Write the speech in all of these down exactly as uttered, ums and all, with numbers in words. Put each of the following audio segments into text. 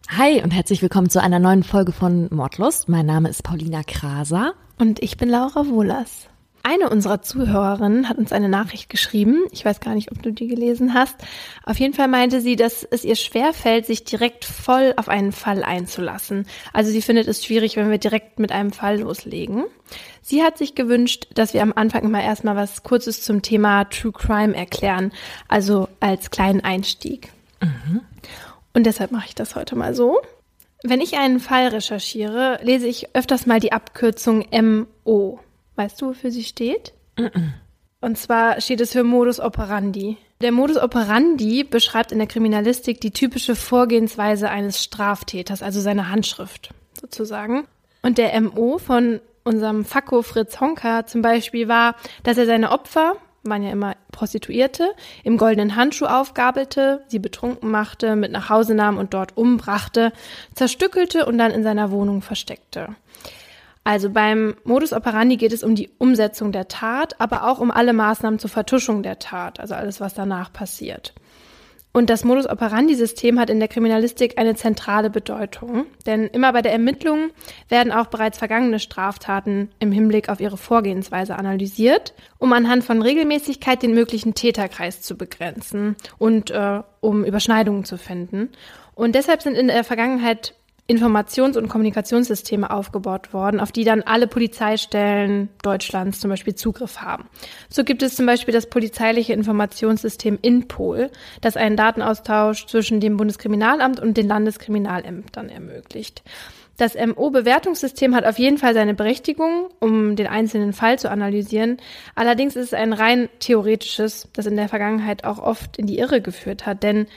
Hi und herzlich willkommen zu einer neuen Folge von Mordlust. Mein Name ist Paulina Kraser. Und ich bin Laura Wohlers. Eine unserer Zuhörerinnen hat uns eine Nachricht geschrieben. Ich weiß gar nicht, ob du die gelesen hast. Auf jeden Fall meinte sie, dass es ihr schwerfällt, sich direkt voll auf einen Fall einzulassen. Also sie findet es schwierig, wenn wir direkt mit einem Fall loslegen. Sie hat sich gewünscht, dass wir am Anfang immer erstmal was Kurzes zum Thema True Crime erklären. Also als kleinen Einstieg. Mhm. Und deshalb mache ich das heute mal so. Wenn ich einen Fall recherchiere, lese ich öfters mal die Abkürzung M O. Weißt du, wofür sie steht? Mhm. Und zwar steht es für Modus operandi. Der Modus operandi beschreibt in der Kriminalistik die typische Vorgehensweise eines Straftäters, also seine Handschrift sozusagen. Und der M O von unserem Fakko Fritz Honka zum Beispiel war, dass er seine Opfer, waren ja immer Prostituierte, im goldenen Handschuh aufgabelte, sie betrunken machte, mit nach Hause nahm und dort umbrachte, zerstückelte und dann in seiner Wohnung versteckte. Also beim Modus operandi geht es um die Umsetzung der Tat, aber auch um alle Maßnahmen zur Vertuschung der Tat, also alles, was danach passiert. Und das Modus operandi-System hat in der Kriminalistik eine zentrale Bedeutung, denn immer bei der Ermittlung werden auch bereits vergangene Straftaten im Hinblick auf ihre Vorgehensweise analysiert, um anhand von Regelmäßigkeit den möglichen Täterkreis zu begrenzen und äh, um Überschneidungen zu finden. Und deshalb sind in der Vergangenheit Informations- und Kommunikationssysteme aufgebaut worden, auf die dann alle Polizeistellen Deutschlands zum Beispiel Zugriff haben. So gibt es zum Beispiel das polizeiliche Informationssystem INPOL, das einen Datenaustausch zwischen dem Bundeskriminalamt und den Landeskriminalämtern ermöglicht. Das M O-Bewertungssystem hat auf jeden Fall seine Berechtigung, um den einzelnen Fall zu analysieren. Allerdings ist es ein rein theoretisches, das in der Vergangenheit auch oft in die Irre geführt hat, denn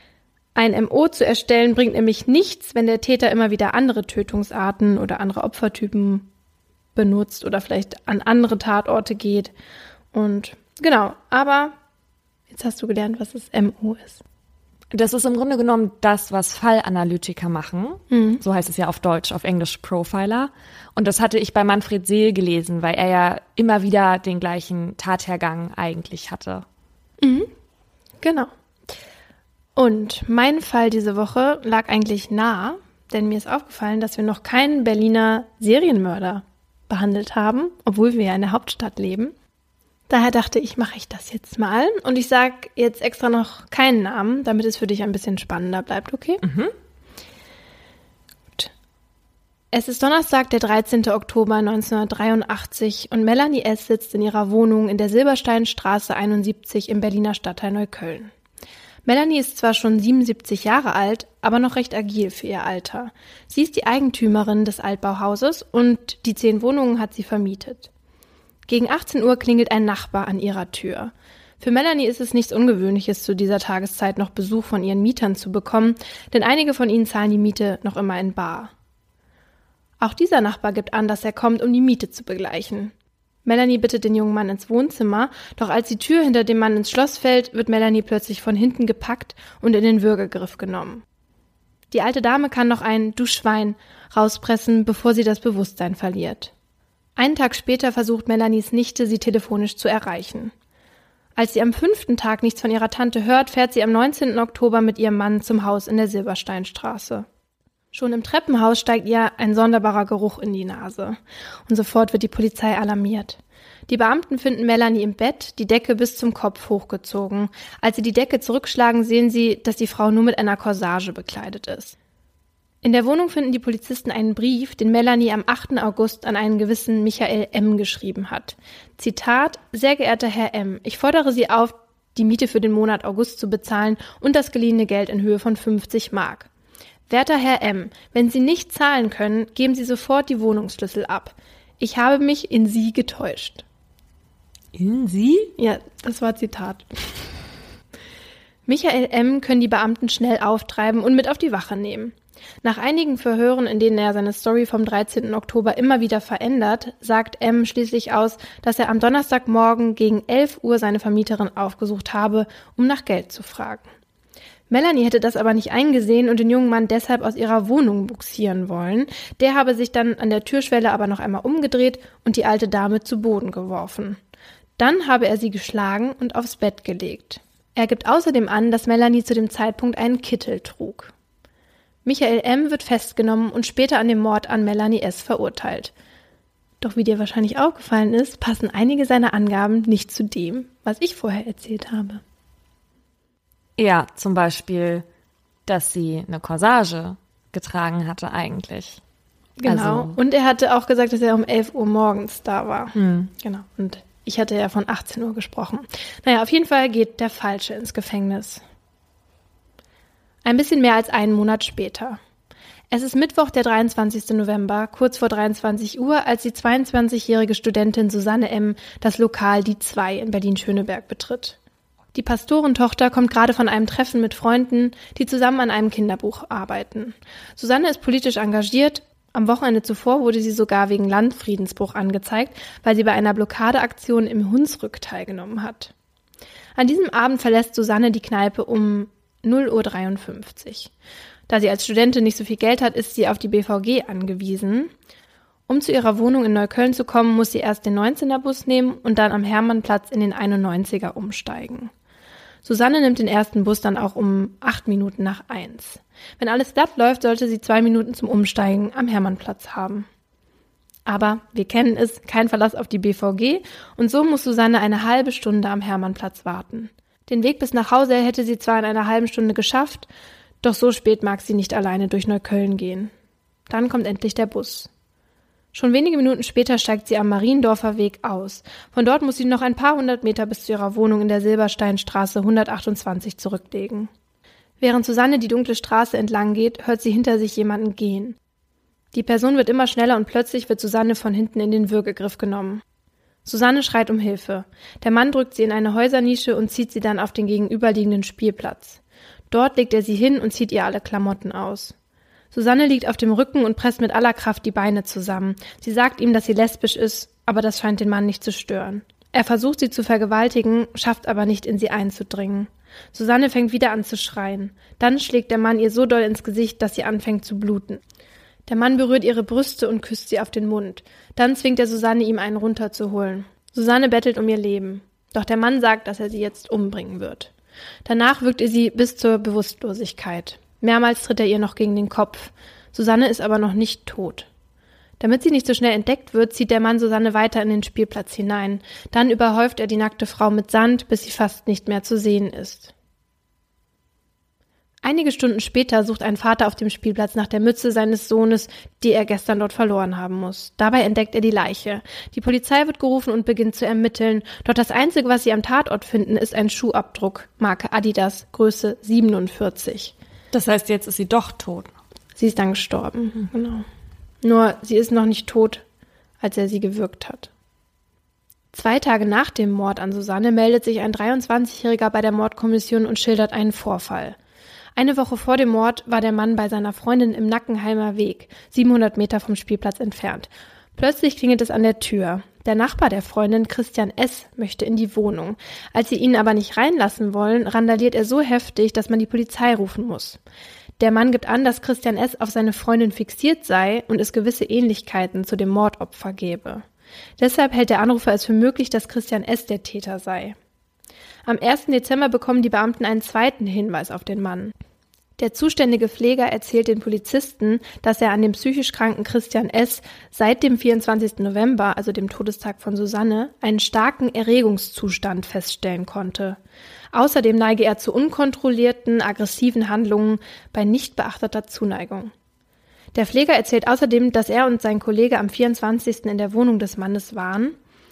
ein M O zu erstellen bringt nämlich nichts, wenn der Täter immer wieder andere Tötungsarten oder andere Opfertypen benutzt oder vielleicht an andere Tatorte geht. Und genau, aber jetzt hast du gelernt, was das M O ist. Das ist im Grunde genommen das, was Fallanalytiker machen. Mhm. So heißt es ja auf Deutsch, auf Englisch Profiler. Und das hatte ich bei Manfred Seel gelesen, weil er ja immer wieder den gleichen Tathergang eigentlich hatte. Mhm. Genau. Und mein Fall diese Woche lag eigentlich nah, denn mir ist aufgefallen, dass wir noch keinen Berliner Serienmörder behandelt haben, obwohl wir ja in der Hauptstadt leben. Daher dachte ich, mache ich das jetzt mal. Und ich sage jetzt extra noch keinen Namen, damit es für dich ein bisschen spannender bleibt, okay? Mhm. Gut. Es ist Donnerstag, der dreizehnten Oktober neunzehnhundertdreiundachtzig und Melanie S. sitzt in ihrer Wohnung in der Silbersteinstraße einundsiebzig im Berliner Stadtteil Neukölln. Melanie ist zwar schon siebenundsiebzig Jahre alt, aber noch recht agil für ihr Alter. Sie ist die Eigentümerin des Altbauhauses und die zehn Wohnungen hat sie vermietet. Gegen achtzehn Uhr klingelt ein Nachbar an ihrer Tür. Für Melanie ist es nichts Ungewöhnliches, zu dieser Tageszeit noch Besuch von ihren Mietern zu bekommen, denn einige von ihnen zahlen die Miete noch immer in bar. Auch dieser Nachbar gibt an, dass er kommt, um die Miete zu begleichen. Melanie bittet den jungen Mann ins Wohnzimmer, doch als die Tür hinter dem Mann ins Schloss fällt, wird Melanie plötzlich von hinten gepackt und in den Würgegriff genommen. Die alte Dame kann noch ein „Du Schwein" rauspressen, bevor sie das Bewusstsein verliert. Einen Tag später versucht Melanies Nichte, sie telefonisch zu erreichen. Als sie am fünften Tag nichts von ihrer Tante hört, fährt sie am neunzehnten Oktober mit ihrem Mann zum Haus in der Silbersteinstraße. Schon im Treppenhaus steigt ihr ein sonderbarer Geruch in die Nase. Und sofort wird die Polizei alarmiert. Die Beamten finden Melanie im Bett, die Decke bis zum Kopf hochgezogen. Als sie die Decke zurückschlagen, sehen sie, dass die Frau nur mit einer Corsage bekleidet ist. In der Wohnung finden die Polizisten einen Brief, den Melanie am achten August an einen gewissen Michael M. geschrieben hat. Zitat: Sehr geehrter Herr M., ich fordere Sie auf, die Miete für den Monat August zu bezahlen und das geliehene Geld in Höhe von fünfzig Mark. Werter Herr M., wenn Sie nicht zahlen können, geben Sie sofort die Wohnungsschlüssel ab. Ich habe mich in Sie getäuscht. In Sie? Ja, das war Zitat. Michael M. können die Beamten schnell auftreiben und mit auf die Wache nehmen. Nach einigen Verhören, in denen er seine Story vom dreizehnten Oktober immer wieder verändert, sagt M. schließlich aus, dass er am Donnerstagmorgen gegen elf Uhr seine Vermieterin aufgesucht habe, um nach Geld zu fragen. Melanie hätte das aber nicht eingesehen und den jungen Mann deshalb aus ihrer Wohnung bugsieren wollen. Der habe sich dann an der Türschwelle aber noch einmal umgedreht und die alte Dame zu Boden geworfen. Dann habe er sie geschlagen und aufs Bett gelegt. Er gibt außerdem an, dass Melanie zu dem Zeitpunkt einen Kittel trug. Michael M. wird festgenommen und später an dem Mord an Melanie S. verurteilt. Doch wie dir wahrscheinlich aufgefallen ist, passen einige seiner Angaben nicht zu dem, was ich vorher erzählt habe. Ja, zum Beispiel, dass sie eine Corsage getragen hatte eigentlich. Genau. Also, und er hatte auch gesagt, dass er um elf Uhr morgens da war. Hm. Genau. Und ich hatte ja von achtzehn Uhr gesprochen. Naja, auf jeden Fall geht der Falsche ins Gefängnis. Ein bisschen mehr als einen Monat später. Es ist Mittwoch, der dreiundzwanzigsten November, kurz vor dreiundzwanzig Uhr, als die zweiundzwanzigjährige Studentin Susanne M. das Lokal Die zwei in Berlin-Schöneberg betritt. Die Pastorentochter kommt gerade von einem Treffen mit Freunden, die zusammen an einem Kinderbuch arbeiten. Susanne ist politisch engagiert. Am Wochenende zuvor wurde sie sogar wegen Landfriedensbruch angezeigt, weil sie bei einer Blockadeaktion im Hunsrück teilgenommen hat. An diesem Abend verlässt Susanne die Kneipe um null Uhr dreiundfünfzig. Da sie als Studentin nicht so viel Geld hat, ist sie auf die B V G angewiesen. Um zu ihrer Wohnung in Neukölln zu kommen, muss sie erst den neunzehner Bus nehmen und dann am Hermannplatz in den einundneunziger umsteigen. Susanne nimmt den ersten Bus dann auch um acht Minuten nach eins. Wenn alles glatt läuft, sollte sie zwei Minuten zum Umsteigen am Hermannplatz haben. Aber wir kennen es, kein Verlass auf die B V G und so muss Susanne eine halbe Stunde am Hermannplatz warten. Den Weg bis nach Hause hätte sie zwar in einer halben Stunde geschafft, doch so spät mag sie nicht alleine durch Neukölln gehen. Dann kommt endlich der Bus. Schon wenige Minuten später steigt sie am Mariendorfer Weg aus. Von dort muss sie noch ein paar hundert Meter bis zu ihrer Wohnung in der Silbersteinstraße hundertachtundzwanzig zurücklegen. Während Susanne die dunkle Straße entlang geht, hört sie hinter sich jemanden gehen. Die Person wird immer schneller und plötzlich wird Susanne von hinten in den Würgegriff genommen. Susanne schreit um Hilfe. Der Mann drückt sie in eine Häusernische und zieht sie dann auf den gegenüberliegenden Spielplatz. Dort legt er sie hin und zieht ihr alle Klamotten aus. Susanne liegt auf dem Rücken und presst mit aller Kraft die Beine zusammen. Sie sagt ihm, dass sie lesbisch ist, aber das scheint den Mann nicht zu stören. Er versucht, sie zu vergewaltigen, schafft aber nicht, in sie einzudringen. Susanne fängt wieder an zu schreien. Dann schlägt der Mann ihr so doll ins Gesicht, dass sie anfängt zu bluten. Der Mann berührt ihre Brüste und küsst sie auf den Mund. Dann zwingt er Susanne, ihm einen runterzuholen. Susanne bettelt um ihr Leben. Doch der Mann sagt, dass er sie jetzt umbringen wird. Danach wirkt er sie bis zur Bewusstlosigkeit. Mehrmals tritt er ihr noch gegen den Kopf. Susanne ist aber noch nicht tot. Damit sie nicht so schnell entdeckt wird, zieht der Mann Susanne weiter in den Spielplatz hinein. Dann überhäuft er die nackte Frau mit Sand, bis sie fast nicht mehr zu sehen ist. Einige Stunden später sucht ein Vater auf dem Spielplatz nach der Mütze seines Sohnes, die er gestern dort verloren haben muss. Dabei entdeckt er die Leiche. Die Polizei wird gerufen und beginnt zu ermitteln. Doch das Einzige, was sie am Tatort finden, ist ein Schuhabdruck, Marke Adidas, Größe siebenundvierzig. Das heißt, jetzt ist sie doch tot. Sie ist dann gestorben, mhm. Genau. Nur, sie ist noch nicht tot, als er sie gewürgt hat. Zwei Tage nach dem Mord an Susanne meldet sich ein dreiundzwanzigjähriger bei der Mordkommission und schildert einen Vorfall. Eine Woche vor dem Mord war der Mann bei seiner Freundin im Nackenheimer Weg, siebenhundert Meter vom Spielplatz entfernt. Plötzlich klingelt es an der Tür. Der Nachbar der Freundin, Christian S., möchte in die Wohnung. Als sie ihn aber nicht reinlassen wollen, randaliert er so heftig, dass man die Polizei rufen muss. Der Mann gibt an, dass Christian S. auf seine Freundin fixiert sei und es gewisse Ähnlichkeiten zu dem Mordopfer gebe. Deshalb hält der Anrufer es für möglich, dass Christian S. der Täter sei. Am ersten Dezember bekommen die Beamten einen zweiten Hinweis auf den Mann. Der zuständige Pfleger erzählt den Polizisten, dass er an dem psychisch kranken Christian S. seit dem vierundzwanzigsten November, also dem Todestag von Susanne, einen starken Erregungszustand feststellen konnte. Außerdem neige er zu unkontrollierten, aggressiven Handlungen bei nicht beachteter Zuneigung. Der Pfleger erzählt außerdem, dass er und sein Kollege am vierundzwanzigsten in der Wohnung des Mannes waren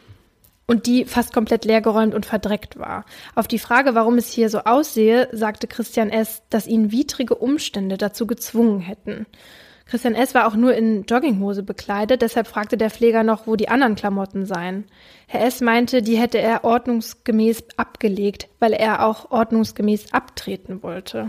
und die fast komplett leergeräumt und verdreckt war. Auf die Frage, warum es hier so aussehe, sagte Christian S., dass ihn widrige Umstände dazu gezwungen hätten. Christian S. war auch nur in Jogginghose bekleidet, deshalb fragte der Pfleger noch, wo die anderen Klamotten seien. Herr S. meinte, die hätte er ordnungsgemäß abgelegt, weil er auch ordnungsgemäß abtreten wollte.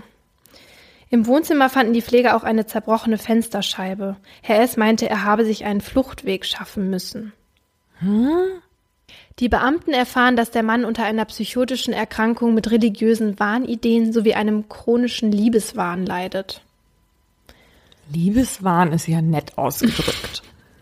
Im Wohnzimmer fanden die Pfleger auch eine zerbrochene Fensterscheibe. Herr S. meinte, er habe sich einen Fluchtweg schaffen müssen. Hm? Die Beamten erfahren, dass der Mann unter einer psychotischen Erkrankung mit religiösen Wahnideen sowie einem chronischen Liebeswahn leidet. Liebeswahn ist ja nett ausgedrückt.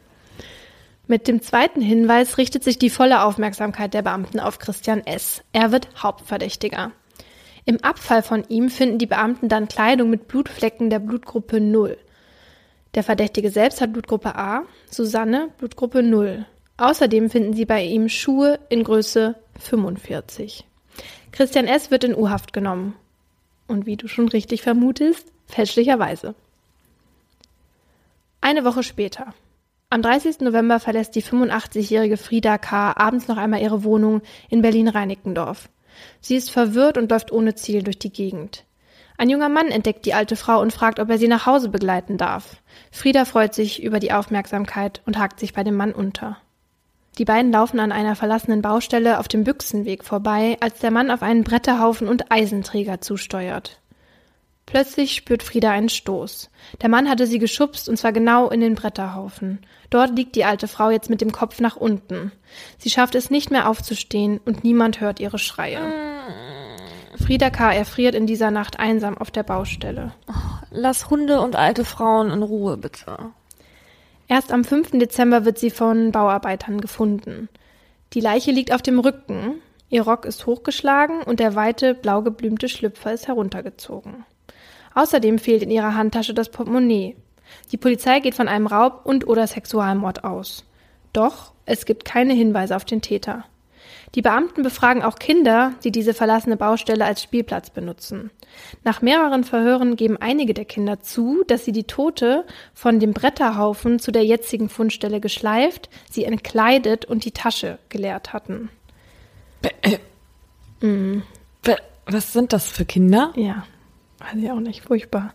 Mit dem zweiten Hinweis richtet sich die volle Aufmerksamkeit der Beamten auf Christian S. Er wird Hauptverdächtiger. Im Abfall von ihm finden die Beamten dann Kleidung mit Blutflecken der Blutgruppe null. Der Verdächtige selbst hat Blutgruppe A, Susanne Blutgruppe null. Außerdem finden sie bei ihm Schuhe in Größe fünfundvierzig. Christian S. wird in U-Haft genommen. Und wie du schon richtig vermutest, fälschlicherweise. Eine Woche später. Am dreißigsten November verlässt die fünfundachtzigjährige Frieda K. abends noch einmal ihre Wohnung in Berlin-Reinickendorf. Sie ist verwirrt und läuft ohne Ziel durch die Gegend. Ein junger Mann entdeckt die alte Frau und fragt, ob er sie nach Hause begleiten darf. Frieda freut sich über die Aufmerksamkeit und hakt sich bei dem Mann unter. Die beiden laufen an einer verlassenen Baustelle auf dem Büchsenweg vorbei, als der Mann auf einen Bretterhaufen und Eisenträger zusteuert. Plötzlich spürt Frieda einen Stoß. Der Mann hatte sie geschubst, und zwar genau in den Bretterhaufen. Dort liegt die alte Frau jetzt mit dem Kopf nach unten. Sie schafft es nicht mehr aufzustehen und niemand hört ihre Schreie. Frieda K. erfriert in dieser Nacht einsam auf der Baustelle. Lass Hunde und alte Frauen in Ruhe, bitte. Erst am fünften Dezember wird sie von Bauarbeitern gefunden. Die Leiche liegt auf dem Rücken, ihr Rock ist hochgeschlagen und der weite, blau geblümte Schlüpfer ist heruntergezogen. Außerdem fehlt in ihrer Handtasche das Portemonnaie. Die Polizei geht von einem Raub und oder Sexualmord aus. Doch es gibt keine Hinweise auf den Täter. Die Beamten befragen auch Kinder, die diese verlassene Baustelle als Spielplatz benutzen. Nach mehreren Verhören geben einige der Kinder zu, dass sie die Tote von dem Bretterhaufen zu der jetzigen Fundstelle geschleift, sie entkleidet und die Tasche geleert hatten. Äh, mhm. Was sind das für Kinder? Ja, weiß ich auch nicht, furchtbar.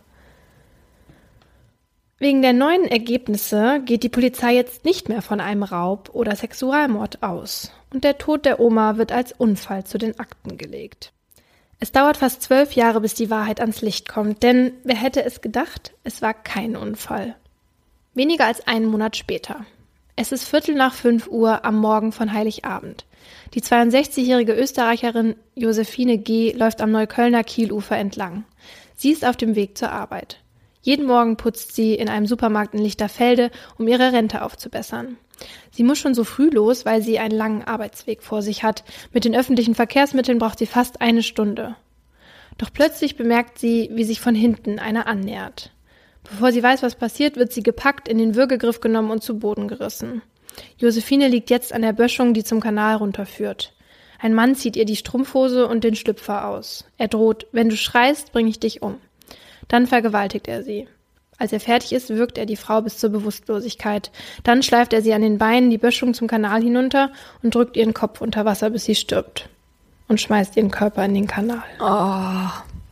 Wegen der neuen Ergebnisse geht die Polizei jetzt nicht mehr von einem Raub oder Sexualmord aus. Und der Tod der Oma wird als Unfall zu den Akten gelegt. Es dauert fast zwölf Jahre, bis die Wahrheit ans Licht kommt, denn wer hätte es gedacht, es war kein Unfall. Weniger als einen Monat später. Es ist Viertel nach fünf Uhr am Morgen von Heiligabend. Die zweiundsechzigjährige Österreicherin Josephine G. läuft am Neuköllner Kielufer entlang. Sie ist auf dem Weg zur Arbeit. Jeden Morgen putzt sie in einem Supermarkt in Lichterfelde, um ihre Rente aufzubessern. Sie muss schon so früh los, weil sie einen langen Arbeitsweg vor sich hat. Mit den öffentlichen Verkehrsmitteln braucht sie fast eine Stunde. Doch plötzlich bemerkt sie, wie sich von hinten einer annähert. Bevor sie weiß, was passiert, wird sie gepackt, in den Würgegriff genommen und zu Boden gerissen. Josephine liegt jetzt an der Böschung, die zum Kanal runterführt. Ein Mann zieht ihr die Strumpfhose und den Schlüpfer aus. Er droht: Wenn du schreist, bring ich dich um. Dann vergewaltigt er sie. Als er fertig ist, wirkt er die Frau bis zur Bewusstlosigkeit. Dann schleift er sie an den Beinen die Böschung zum Kanal hinunter und drückt ihren Kopf unter Wasser, bis sie stirbt. Und schmeißt ihren Körper in den Kanal. Oh.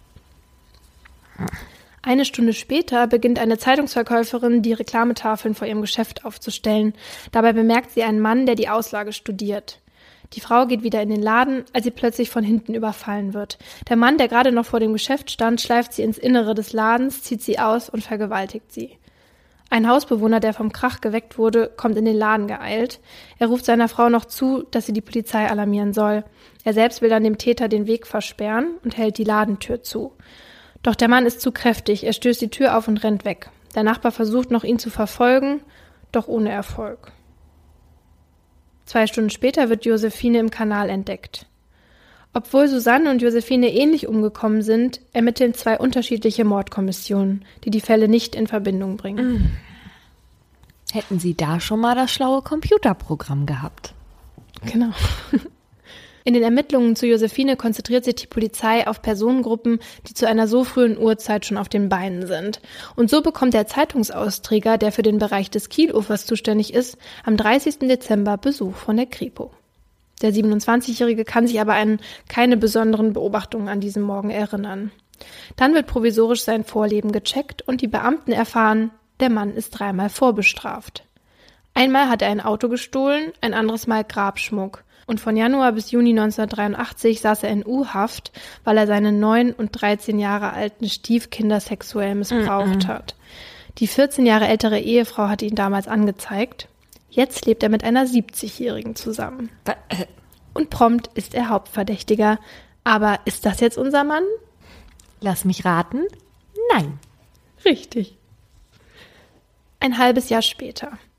Eine Stunde später beginnt eine Zeitungsverkäuferin, die Reklametafeln vor ihrem Geschäft aufzustellen. Dabei bemerkt sie einen Mann, der die Auslage studiert. Die Frau geht wieder in den Laden, als sie plötzlich von hinten überfallen wird. Der Mann, der gerade noch vor dem Geschäft stand, schleift sie ins Innere des Ladens, zieht sie aus und vergewaltigt sie. Ein Hausbewohner, der vom Krach geweckt wurde, kommt in den Laden geeilt. Er ruft seiner Frau noch zu, dass sie die Polizei alarmieren soll. Er selbst will dann dem Täter den Weg versperren und hält die Ladentür zu. Doch der Mann ist zu kräftig, er stößt die Tür auf und rennt weg. Der Nachbar versucht noch, ihn zu verfolgen, doch ohne Erfolg. Zwei Stunden später wird Josephine im Kanal entdeckt. Obwohl Susanne und Josephine ähnlich umgekommen sind, ermitteln zwei unterschiedliche Mordkommissionen, die die Fälle nicht in Verbindung bringen. Hätten sie da schon mal das schlaue Computerprogramm gehabt. Genau. In den Ermittlungen zu Josephine konzentriert sich die Polizei auf Personengruppen, die zu einer so frühen Uhrzeit schon auf den Beinen sind. Und so bekommt der Zeitungsausträger, der für den Bereich des Kielufers zuständig ist, am dreißigsten Dezember Besuch von der Kripo. Der siebenundzwanzigjährige kann sich aber an keine besonderen Beobachtungen an diesem Morgen erinnern. Dann wird provisorisch sein Vorleben gecheckt und die Beamten erfahren, der Mann ist dreimal vorbestraft. Einmal hat er ein Auto gestohlen, ein anderes Mal Grabschmuck. Und von Januar bis Juni neunzehnhundertdreiundachtzig saß er in U-Haft, weil er seine neun und dreizehn Jahre alten Stiefkinder sexuell missbraucht mm-mm. hat. Die vierzehn Jahre ältere Ehefrau hatte ihn damals angezeigt. Jetzt lebt er mit einer siebzigjährigen zusammen. Und prompt ist er Hauptverdächtiger. Aber ist das jetzt unser Mann? Lass mich raten. Nein. Richtig. Ein halbes Jahr später.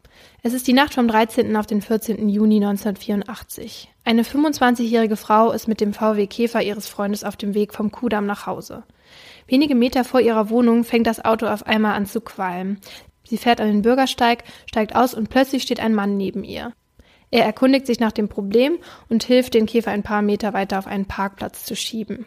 Es ist die Nacht vom dreizehnten auf den vierzehnten Juni neunzehnhundertvierundachtzig. Eine fünfundzwanzigjährige Frau ist mit dem V W Käfer ihres Freundes auf dem Weg vom Kudamm nach Hause. Wenige Meter vor ihrer Wohnung fängt das Auto auf einmal an zu qualmen. Sie fährt an den Bürgersteig, steigt aus und plötzlich steht ein Mann neben ihr. Er erkundigt sich nach dem Problem und hilft, den Käfer ein paar Meter weiter auf einen Parkplatz zu schieben.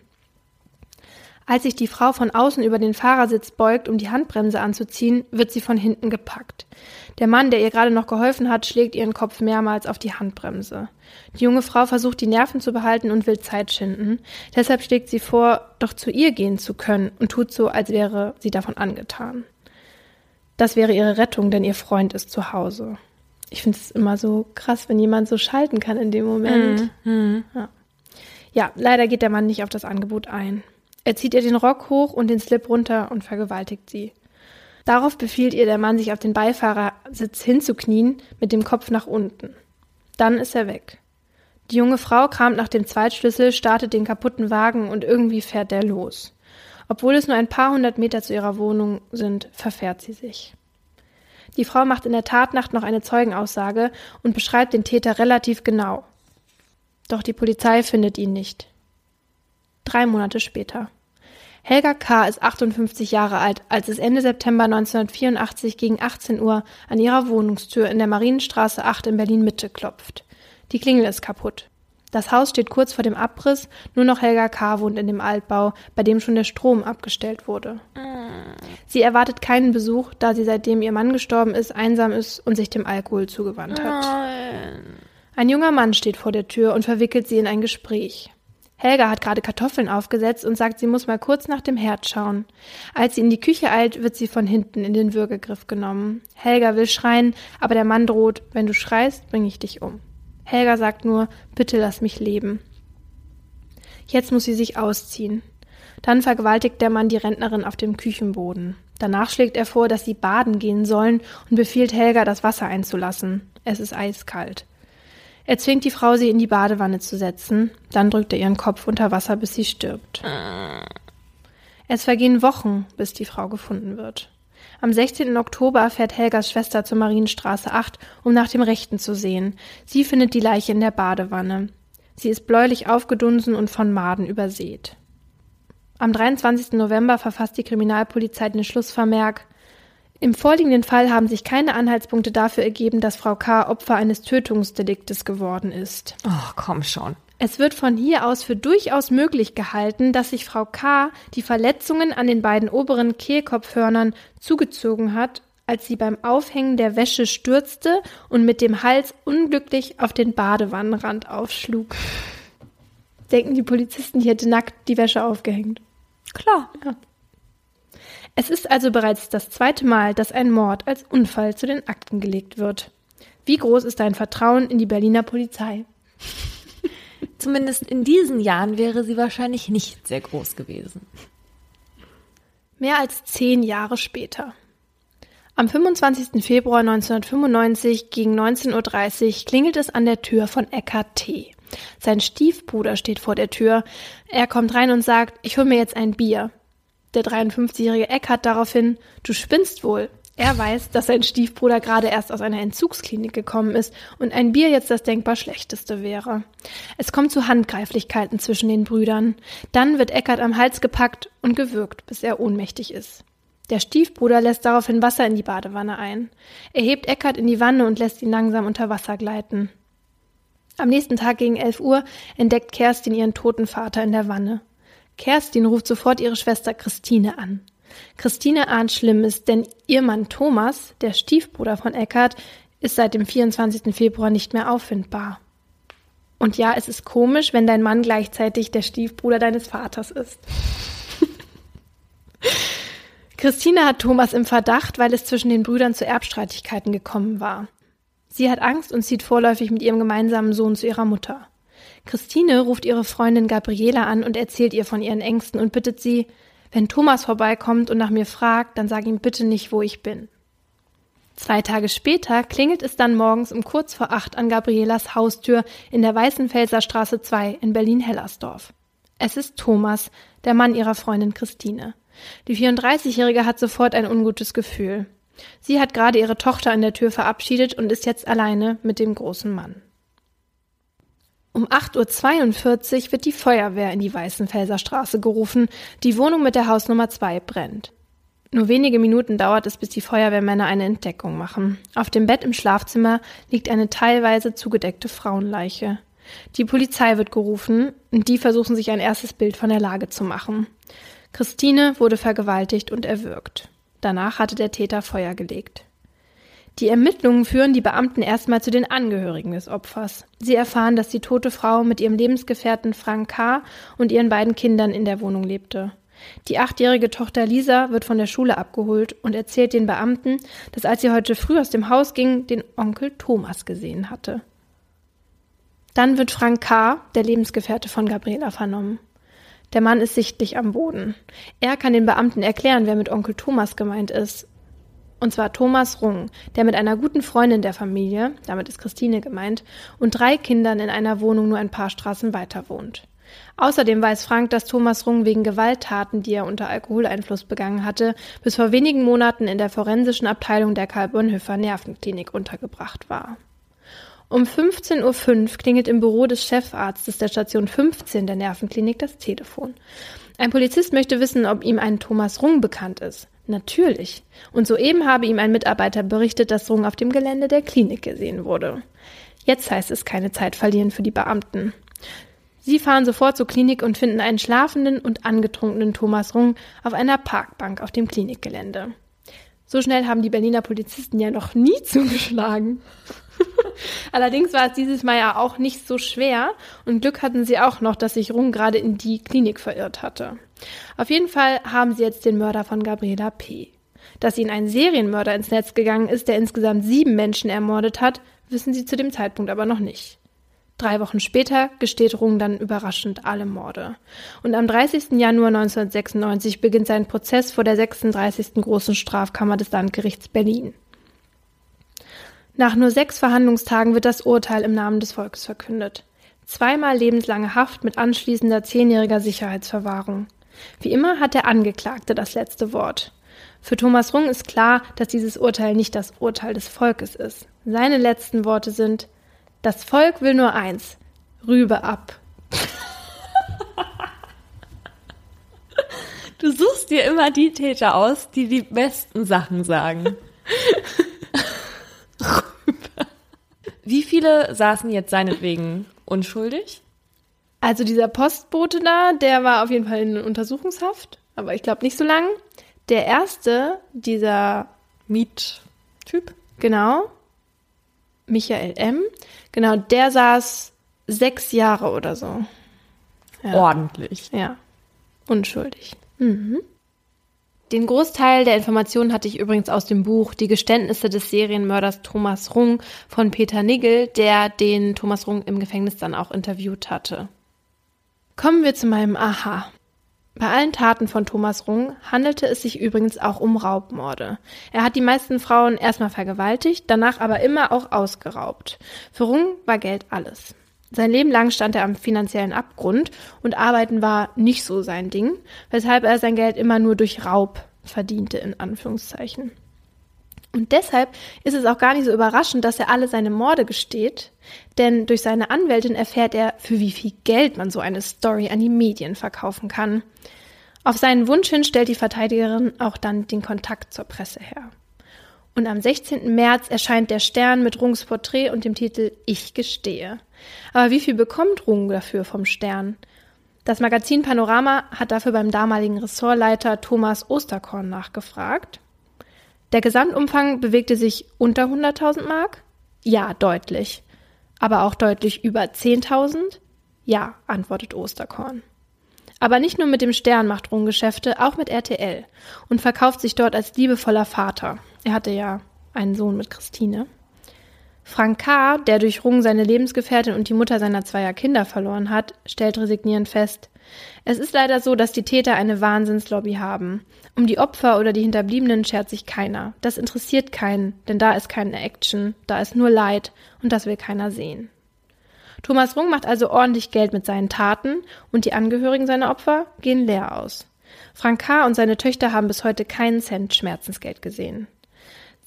Als sich die Frau von außen über den Fahrersitz beugt, um die Handbremse anzuziehen, wird sie von hinten gepackt. Der Mann, der ihr gerade noch geholfen hat, schlägt ihren Kopf mehrmals auf die Handbremse. Die junge Frau versucht, die Nerven zu behalten und will Zeit schinden. Deshalb schlägt sie vor, doch zu ihr gehen zu können und tut so, als wäre sie davon angetan. Das wäre ihre Rettung, denn ihr Freund ist zu Hause. Ich finde es immer so krass, wenn jemand so schalten kann in dem Moment. Mhm. Ja. ja, leider geht der Mann nicht auf das Angebot ein. Er zieht ihr den Rock hoch und den Slip runter und vergewaltigt sie. Darauf befiehlt ihr der Mann, sich auf den Beifahrersitz hinzuknien, mit dem Kopf nach unten. Dann ist er weg. Die junge Frau kramt nach dem Zweitschlüssel, startet den kaputten Wagen und irgendwie fährt der los. Obwohl es nur ein paar hundert Meter zu ihrer Wohnung sind, verfährt sie sich. Die Frau macht in der Tatnacht noch eine Zeugenaussage und beschreibt den Täter relativ genau. Doch die Polizei findet ihn nicht. Drei Monate später. Helga K. ist achtundfünfzig Jahre alt, als es Ende September neunzehnhundertvierundachtzig gegen achtzehn Uhr an ihrer Wohnungstür in der Marienstraße acht in Berlin-Mitte klopft. Die Klingel ist kaputt. Das Haus steht kurz vor dem Abriss, nur noch Helga K. wohnt in dem Altbau, bei dem schon der Strom abgestellt wurde. Sie erwartet keinen Besuch, da sie seitdem ihr Mann gestorben ist, einsam ist und sich dem Alkohol zugewandt hat. Ein junger Mann steht vor der Tür und verwickelt sie in ein Gespräch. Helga hat gerade Kartoffeln aufgesetzt und sagt, sie muss mal kurz nach dem Herd schauen. Als sie in die Küche eilt, wird sie von hinten in den Würgegriff genommen. Helga will schreien, aber der Mann droht, wenn du schreist, bringe ich dich um. Helga sagt nur, bitte lass mich leben. Jetzt muss sie sich ausziehen. Dann vergewaltigt der Mann die Rentnerin auf dem Küchenboden. Danach schlägt er vor, dass sie baden gehen sollen und befiehlt Helga, das Wasser einzulassen. Es ist eiskalt. Er zwingt die Frau, sie in die Badewanne zu setzen. Dann drückt er ihren Kopf unter Wasser, bis sie stirbt. Es vergehen Wochen, bis die Frau gefunden wird. Am sechzehnten Oktober fährt Helgas Schwester zur Marienstraße acht, um nach dem Rechten zu sehen. Sie findet die Leiche in der Badewanne. Sie ist bläulich aufgedunsen und von Maden übersät. Am dreiundzwanzigsten November verfasst die Kriminalpolizei den Schlussvermerk: Im vorliegenden Fall haben sich keine Anhaltspunkte dafür ergeben, dass Frau K. Opfer eines Tötungsdeliktes geworden ist. Oh, komm schon. Es wird von hier aus für durchaus möglich gehalten, dass sich Frau K. die Verletzungen an den beiden oberen Kehlkopfhörnern zugezogen hat, als sie beim Aufhängen der Wäsche stürzte und mit dem Hals unglücklich auf den Badewannenrand aufschlug. Denken die Polizisten, die hätte nackt die Wäsche aufgehängt? Klar. Ja. Es ist also bereits das zweite Mal, dass ein Mord als Unfall zu den Akten gelegt wird. Wie groß ist dein Vertrauen in die Berliner Polizei? Zumindest in diesen Jahren wäre sie wahrscheinlich nicht sehr groß gewesen. Mehr als zehn Jahre später. Am fünfundzwanzigsten Februar neunzehnhundertfünfundneunzig gegen neunzehn Uhr dreißig klingelt es an der Tür von Eckhard T. Sein Stiefbruder steht vor der Tür. Er kommt rein und sagt, ich hol mir jetzt ein Bier. Der dreiundfünfzigjährige Eckhard daraufhin, du spinnst wohl. Er weiß, dass sein Stiefbruder gerade erst aus einer Entzugsklinik gekommen ist und ein Bier jetzt das denkbar Schlechteste wäre. Es kommt zu Handgreiflichkeiten zwischen den Brüdern. Dann wird Eckhard am Hals gepackt und gewürgt, bis er ohnmächtig ist. Der Stiefbruder lässt daraufhin Wasser in die Badewanne ein. Er hebt Eckhard in die Wanne und lässt ihn langsam unter Wasser gleiten. Am nächsten Tag gegen elf Uhr entdeckt Kerstin ihren toten Vater in der Wanne. Kerstin ruft sofort ihre Schwester Christine an. Christine ahnt Schlimmes, denn ihr Mann Thomas, der Stiefbruder von Eckhard, ist seit dem vierundzwanzigsten Februar nicht mehr auffindbar. Und ja, es ist komisch, wenn dein Mann gleichzeitig der Stiefbruder deines Vaters ist. Christine hat Thomas im Verdacht, weil es zwischen den Brüdern zu Erbstreitigkeiten gekommen war. Sie hat Angst und zieht vorläufig mit ihrem gemeinsamen Sohn zu ihrer Mutter. Christine ruft ihre Freundin Gabriela an und erzählt ihr von ihren Ängsten und bittet sie, wenn Thomas vorbeikommt und nach mir fragt, dann sag ihm bitte nicht, wo ich bin. Zwei Tage später klingelt es dann morgens um kurz vor acht an Gabrielas Haustür in der Weißenfelser Straße zwei in Berlin-Hellersdorf. Es ist Thomas, der Mann ihrer Freundin Christine. Die vierunddreißigjährige hat sofort ein ungutes Gefühl. Sie hat gerade ihre Tochter an der Tür verabschiedet und ist jetzt alleine mit dem großen Mann. Um acht Uhr zweiundvierzig wird die Feuerwehr in die Weißenfelser Straße gerufen. Die Wohnung mit der Hausnummer zwei brennt. Nur wenige Minuten dauert es, bis die Feuerwehrmänner eine Entdeckung machen. Auf dem Bett im Schlafzimmer liegt eine teilweise zugedeckte Frauenleiche. Die Polizei wird gerufen und die versuchen sich ein erstes Bild von der Lage zu machen. Christine wurde vergewaltigt und erwürgt. Danach hatte der Täter Feuer gelegt. Die Ermittlungen führen die Beamten erstmal zu den Angehörigen des Opfers. Sie erfahren, dass die tote Frau mit ihrem Lebensgefährten Frank K. und ihren beiden Kindern in der Wohnung lebte. Die achtjährige Tochter Lisa wird von der Schule abgeholt und erzählt den Beamten, dass als sie heute früh aus dem Haus ging, den Onkel Thomas gesehen hatte. Dann wird Frank K., der Lebensgefährte von Gabriela, vernommen. Der Mann ist sichtlich am Boden. Er kann den Beamten erklären, wer mit Onkel Thomas gemeint ist. Und zwar Thomas Rung, der mit einer guten Freundin der Familie, damit ist Christine gemeint, und drei Kindern in einer Wohnung nur ein paar Straßen weiter wohnt. Außerdem weiß Frank, dass Thomas Rung wegen Gewalttaten, die er unter Alkoholeinfluss begangen hatte, bis vor wenigen Monaten in der forensischen Abteilung der Karl-Bonhoeffer Nervenklinik untergebracht war. Um fünfzehn Uhr fünf klingelt im Büro des Chefarztes der Station fünfzehn der Nervenklinik das Telefon. Ein Polizist möchte wissen, ob ihm ein Thomas Rung bekannt ist. Natürlich. Und soeben habe ihm ein Mitarbeiter berichtet, dass Rung auf dem Gelände der Klinik gesehen wurde. Jetzt heißt es keine Zeit verlieren für die Beamten. Sie fahren sofort zur Klinik und finden einen schlafenden und angetrunkenen Thomas Rung auf einer Parkbank auf dem Klinikgelände. So schnell haben die Berliner Polizisten ja noch nie zugeschlagen. Allerdings war es dieses Mal ja auch nicht so schwer und Glück hatten sie auch noch, dass sich Rung gerade in die Klinik verirrt hatte. Auf jeden Fall haben sie jetzt den Mörder von Gabriela P. Dass ihnen ein Serienmörder ins Netz gegangen ist, der insgesamt sieben Menschen ermordet hat, wissen sie zu dem Zeitpunkt aber noch nicht. Drei Wochen später gesteht Rung dann überraschend alle Morde. Und am dreißigsten Januar neunzehnhundertsechsundneunzig beginnt sein Prozess vor der sechsunddreißigsten Großen Strafkammer des Landgerichts Berlin. Nach nur sechs Verhandlungstagen wird das Urteil im Namen des Volkes verkündet. Zweimal lebenslange Haft mit anschließender zehnjähriger Sicherheitsverwahrung. Wie immer hat der Angeklagte das letzte Wort. Für Thomas Rung ist klar, dass dieses Urteil nicht das Urteil des Volkes ist. Seine letzten Worte sind: Das Volk will nur eins, Rübe ab. Du suchst dir immer die Täter aus, die die besten Sachen sagen. Wie viele saßen jetzt seinetwegen unschuldig? Also dieser Postbote da, der war auf jeden Fall in Untersuchungshaft, aber ich glaube nicht so lang. Der erste, dieser Miettyp, genau, Michael M., genau, der saß sechs Jahre oder so. Ja. Ordentlich. Ja, unschuldig. Mhm. Den Großteil der Informationen hatte ich übrigens aus dem Buch Die Geständnisse des Serienmörders Thomas Rung von Peter Nigl, der den Thomas Rung im Gefängnis dann auch interviewt hatte. Kommen wir zu meinem Aha. Bei allen Taten von Thomas Rung handelte es sich übrigens auch um Raubmorde. Er hat die meisten Frauen erstmal vergewaltigt, danach aber immer auch ausgeraubt. Für Rung war Geld alles. Sein Leben lang stand er am finanziellen Abgrund und Arbeiten war nicht so sein Ding, weshalb er sein Geld immer nur durch Raub verdiente, in Anführungszeichen. Und deshalb ist es auch gar nicht so überraschend, dass er alle seine Morde gesteht, denn durch seine Anwältin erfährt er, für wie viel Geld man so eine Story an die Medien verkaufen kann. Auf seinen Wunsch hin stellt die Verteidigerin auch dann den Kontakt zur Presse her. Und am sechzehnten März erscheint der Stern mit Rungs Porträt und dem Titel Ich gestehe. Aber wie viel bekommt Rung dafür vom Stern? Das Magazin Panorama hat dafür beim damaligen Ressortleiter Thomas Osterkorn nachgefragt. Der Gesamtumfang bewegte sich unter hunderttausend Mark? Ja, deutlich. Aber auch deutlich über zehntausend? Ja, antwortet Osterkorn. Aber nicht nur mit dem Stern macht Rung Geschäfte, auch mit R T L und verkauft sich dort als liebevoller Vater. Er hatte ja einen Sohn mit Christine. Frank K., der durch Rung seine Lebensgefährtin und die Mutter seiner zweier Kinder verloren hat, stellt resignierend fest: Es ist leider so, dass die Täter eine Wahnsinnslobby haben. Um die Opfer oder die Hinterbliebenen schert sich keiner. Das interessiert keinen, denn da ist keine Action, da ist nur Leid und das will keiner sehen. Thomas Rung macht also ordentlich Geld mit seinen Taten und die Angehörigen seiner Opfer gehen leer aus. Frank K. und seine Töchter haben bis heute keinen Cent Schmerzensgeld gesehen.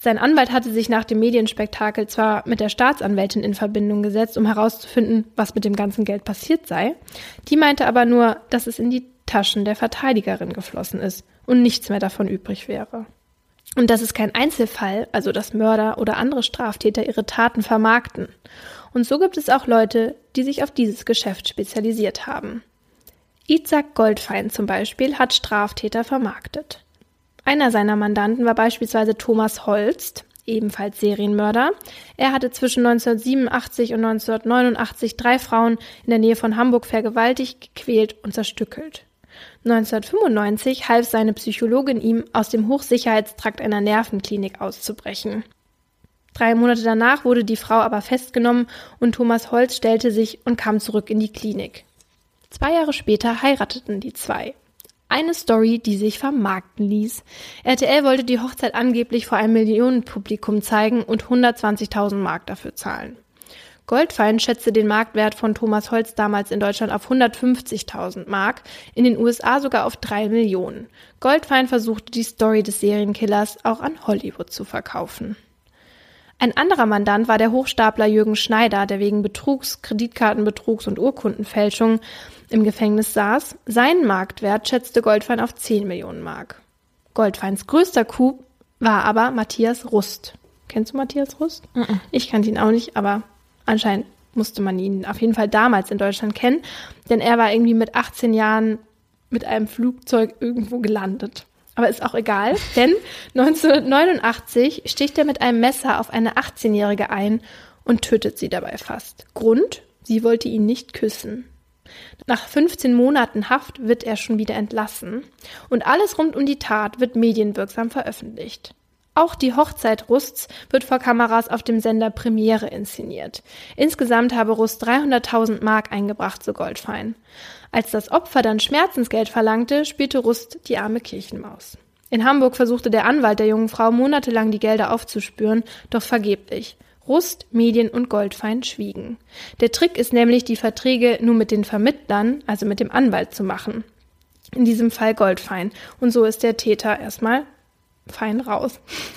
Sein Anwalt hatte sich nach dem Medienspektakel zwar mit der Staatsanwältin in Verbindung gesetzt, um herauszufinden, was mit dem ganzen Geld passiert sei. Die meinte aber nur, dass es in die Taschen der Verteidigerin geflossen ist und nichts mehr davon übrig wäre. Und das ist kein Einzelfall, also dass Mörder oder andere Straftäter ihre Taten vermarkten. Und so gibt es auch Leute, die sich auf dieses Geschäft spezialisiert haben. Itzhak Goldfein zum Beispiel hat Straftäter vermarktet. Einer seiner Mandanten war beispielsweise Thomas Holst, ebenfalls Serienmörder. Er hatte zwischen neunzehnhundertsiebenundachtzig und neunzehnhundertneunundachtzig drei Frauen in der Nähe von Hamburg vergewaltigt, gequält und zerstückelt. neunzehnhundertfünfundneunzig half seine Psychologin ihm, aus dem Hochsicherheitstrakt einer Nervenklinik auszubrechen. Drei Monate danach wurde die Frau aber festgenommen und Thomas Holst stellte sich und kam zurück in die Klinik. Zwei Jahre später heirateten die zwei. Eine Story, die sich vermarkten ließ. R T L wollte die Hochzeit angeblich vor einem Millionenpublikum zeigen und hundertzwanzigtausend Mark dafür zahlen. Goldfein schätzte den Marktwert von Thomas Holst damals in Deutschland auf hundertfünfzigtausend Mark, in den U S A sogar auf drei Millionen. Goldfein versuchte die Story des Serienkillers auch an Hollywood zu verkaufen. Ein anderer Mandant war der Hochstapler Jürgen Schneider, der wegen Betrugs, Kreditkartenbetrugs und Urkundenfälschung im Gefängnis saß. Seinen Marktwert schätzte Goldfein auf zehn Millionen Mark. Goldfeins größter Coup war aber Matthias Rust. Kennst du Matthias Rust? Mm-mm. Ich kannte ihn auch nicht, aber anscheinend musste man ihn auf jeden Fall damals in Deutschland kennen, denn er war irgendwie mit achtzehn Jahren mit einem Flugzeug irgendwo gelandet. Aber ist auch egal, denn neunzehnhundertneunundachtzig sticht er mit einem Messer auf eine achtzehnjährige ein und tötet sie dabei fast. Grund? Sie wollte ihn nicht küssen. Nach fünfzehn Monaten Haft wird er schon wieder entlassen und alles rund um die Tat wird medienwirksam veröffentlicht. Auch die Hochzeit Rusts wird vor Kameras auf dem Sender Premiere inszeniert. Insgesamt habe Rust dreihunderttausend Mark eingebracht, so Goldfein. Als das Opfer dann Schmerzensgeld verlangte, spielte Rust die arme Kirchenmaus. In Hamburg versuchte der Anwalt der jungen Frau monatelang die Gelder aufzuspüren, doch vergeblich. Rust, Medien und Goldfein schwiegen. Der Trick ist nämlich, die Verträge nur mit den Vermittlern, also mit dem Anwalt, zu machen. In diesem Fall Goldfein. Und so ist der Täter erstmal fein raus.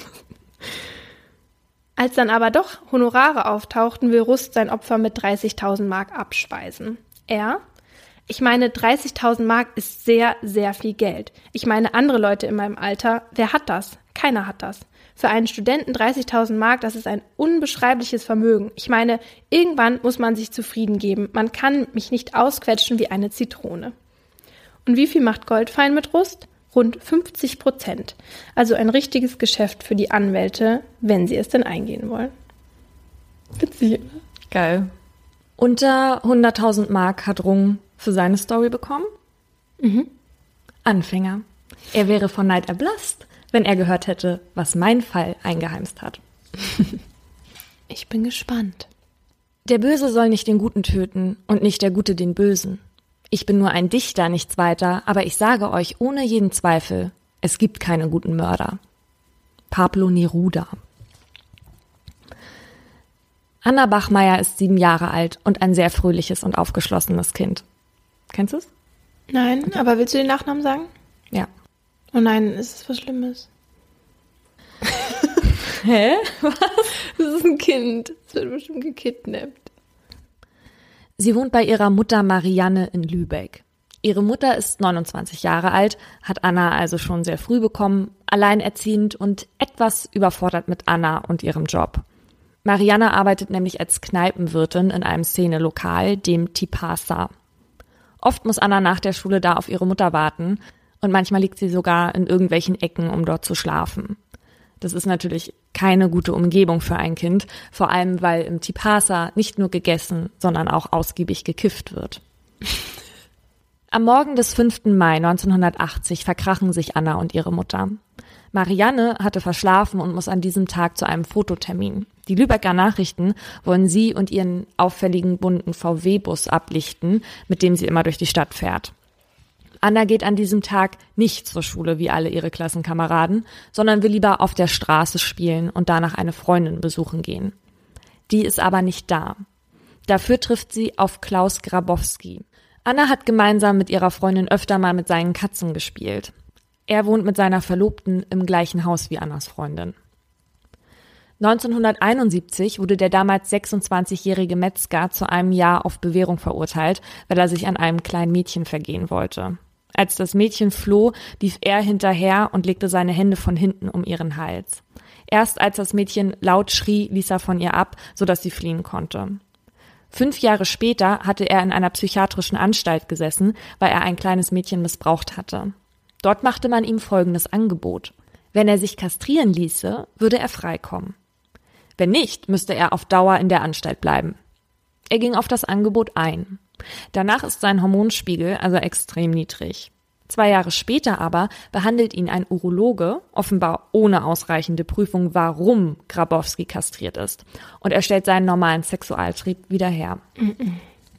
Als dann aber doch Honorare auftauchten, will Rust sein Opfer mit dreißigtausend Mark abspeisen. Er? Ich meine, dreißigtausend Mark ist sehr, sehr viel Geld. Ich meine, andere Leute in meinem Alter, wer hat das? Keiner hat das. Für einen Studenten dreißigtausend Mark, das ist ein unbeschreibliches Vermögen. Ich meine, irgendwann muss man sich zufrieden geben. Man kann mich nicht ausquetschen wie eine Zitrone. Und wie viel macht Goldfein mit Rust? Rund fünfzig Prozent. Also ein richtiges Geschäft für die Anwälte, wenn sie es denn eingehen wollen. Witzig, oder? Geil. Unter hunderttausend Mark hat Rung für seine Story bekommen? Mhm. Anfänger. Er wäre vor Neid erblasst, wenn er gehört hätte, was mein Fall eingeheimst hat. Ich bin gespannt. Der Böse soll nicht den Guten töten und nicht der Gute den Bösen. Ich bin nur ein Dichter, nichts weiter, aber ich sage euch ohne jeden Zweifel, es gibt keine guten Mörder. Pablo Neruda. Anna Bachmeier ist sieben Jahre alt und ein sehr fröhliches und aufgeschlossenes Kind. Kennst du es? Nein, okay. Aber willst du den Nachnamen sagen? Ja. Oh nein, ist es was Schlimmes? Hä? Was? Das ist ein Kind. Es wird bestimmt gekidnappt. Sie wohnt bei ihrer Mutter Marianne in Lübeck. Ihre Mutter ist neunundzwanzig Jahre alt, hat Anna also schon sehr früh bekommen, alleinerziehend und etwas überfordert mit Anna und ihrem Job. Marianne arbeitet nämlich als Kneipenwirtin in einem Szenelokal, dem Tipasa. Oft muss Anna nach der Schule da auf ihre Mutter warten und manchmal liegt sie sogar in irgendwelchen Ecken, um dort zu schlafen. Das ist natürlich keine gute Umgebung für ein Kind, vor allem weil im Tipasa nicht nur gegessen, sondern auch ausgiebig gekifft wird. Am Morgen des fünften Mai neunzehnhundertachtzig verkrachen sich Anna und ihre Mutter. Marianne hatte verschlafen und muss an diesem Tag zu einem Fototermin. Die Lübecker Nachrichten wollen sie und ihren auffälligen bunten V W-Bus ablichten, mit dem sie immer durch die Stadt fährt. Anna geht an diesem Tag nicht zur Schule wie alle ihre Klassenkameraden, sondern will lieber auf der Straße spielen und danach eine Freundin besuchen gehen. Die ist aber nicht da. Dafür trifft sie auf Klaus Grabowski. Anna hat gemeinsam mit ihrer Freundin öfter mal mit seinen Katzen gespielt. Er wohnt mit seiner Verlobten im gleichen Haus wie Annas Freundin. neunzehnhunderteinundsiebzig wurde der damals sechsundzwanzigjährige Metzger zu einem Jahr auf Bewährung verurteilt, weil er sich an einem kleinen Mädchen vergehen wollte. Als das Mädchen floh, lief er hinterher und legte seine Hände von hinten um ihren Hals. Erst als das Mädchen laut schrie, ließ er von ihr ab, sodass sie fliehen konnte. Fünf Jahre später hatte er in einer psychiatrischen Anstalt gesessen, weil er ein kleines Mädchen missbraucht hatte. Dort machte man ihm folgendes Angebot: Wenn er sich kastrieren ließe, würde er freikommen. Wenn nicht, müsste er auf Dauer in der Anstalt bleiben. Er ging auf das Angebot ein. Danach ist sein Hormonspiegel also extrem niedrig. Zwei Jahre später aber behandelt ihn ein Urologe, offenbar ohne ausreichende Prüfung, warum Grabowski kastriert ist. Und er stellt seinen normalen Sexualtrieb wieder her. Mm-mm.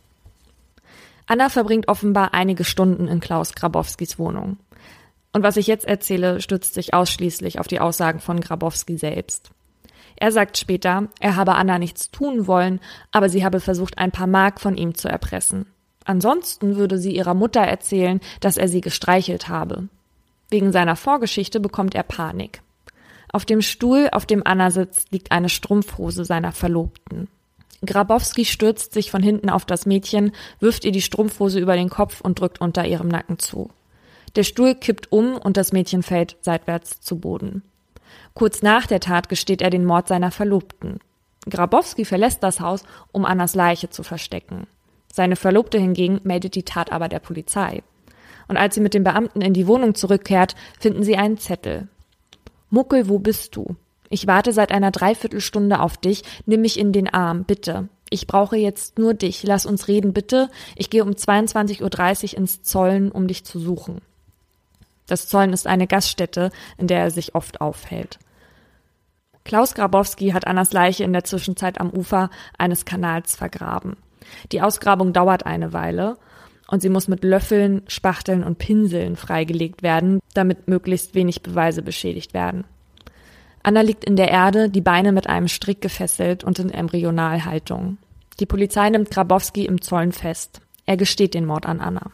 Anna verbringt offenbar einige Stunden in Klaus Grabowskis Wohnung. Und was ich jetzt erzähle, stützt sich ausschließlich auf die Aussagen von Grabowski selbst. Er sagt später, er habe Anna nichts tun wollen, aber sie habe versucht, ein paar Mark von ihm zu erpressen. Ansonsten würde sie ihrer Mutter erzählen, dass er sie gestreichelt habe. Wegen seiner Vorgeschichte bekommt er Panik. Auf dem Stuhl, auf dem Anna sitzt, liegt eine Strumpfhose seiner Verlobten. Grabowski stürzt sich von hinten auf das Mädchen, wirft ihr die Strumpfhose über den Kopf und drückt unter ihrem Nacken zu. Der Stuhl kippt um und das Mädchen fällt seitwärts zu Boden. Kurz nach der Tat gesteht er den Mord seiner Verlobten. Grabowski verlässt das Haus, um Annas Leiche zu verstecken. Seine Verlobte hingegen meldet die Tat aber der Polizei. Und als sie mit dem Beamten in die Wohnung zurückkehrt, finden sie einen Zettel. Muckel, wo bist du? Ich warte seit einer Dreiviertelstunde auf dich. Nimm mich in den Arm, bitte. Ich brauche jetzt nur dich. Lass uns reden, bitte. Ich gehe um zweiundzwanzig Uhr dreißig ins Zollen, um dich zu suchen. Das Zollen ist eine Gaststätte, in der er sich oft aufhält. Klaus Grabowski hat Annas Leiche in der Zwischenzeit am Ufer eines Kanals vergraben. Die Ausgrabung dauert eine Weile und sie muss mit Löffeln, Spachteln und Pinseln freigelegt werden, damit möglichst wenig Beweise beschädigt werden. Anna liegt in der Erde, die Beine mit einem Strick gefesselt und in Embryonalhaltung. Die Polizei nimmt Grabowski im Zollen fest. Er gesteht den Mord an Anna.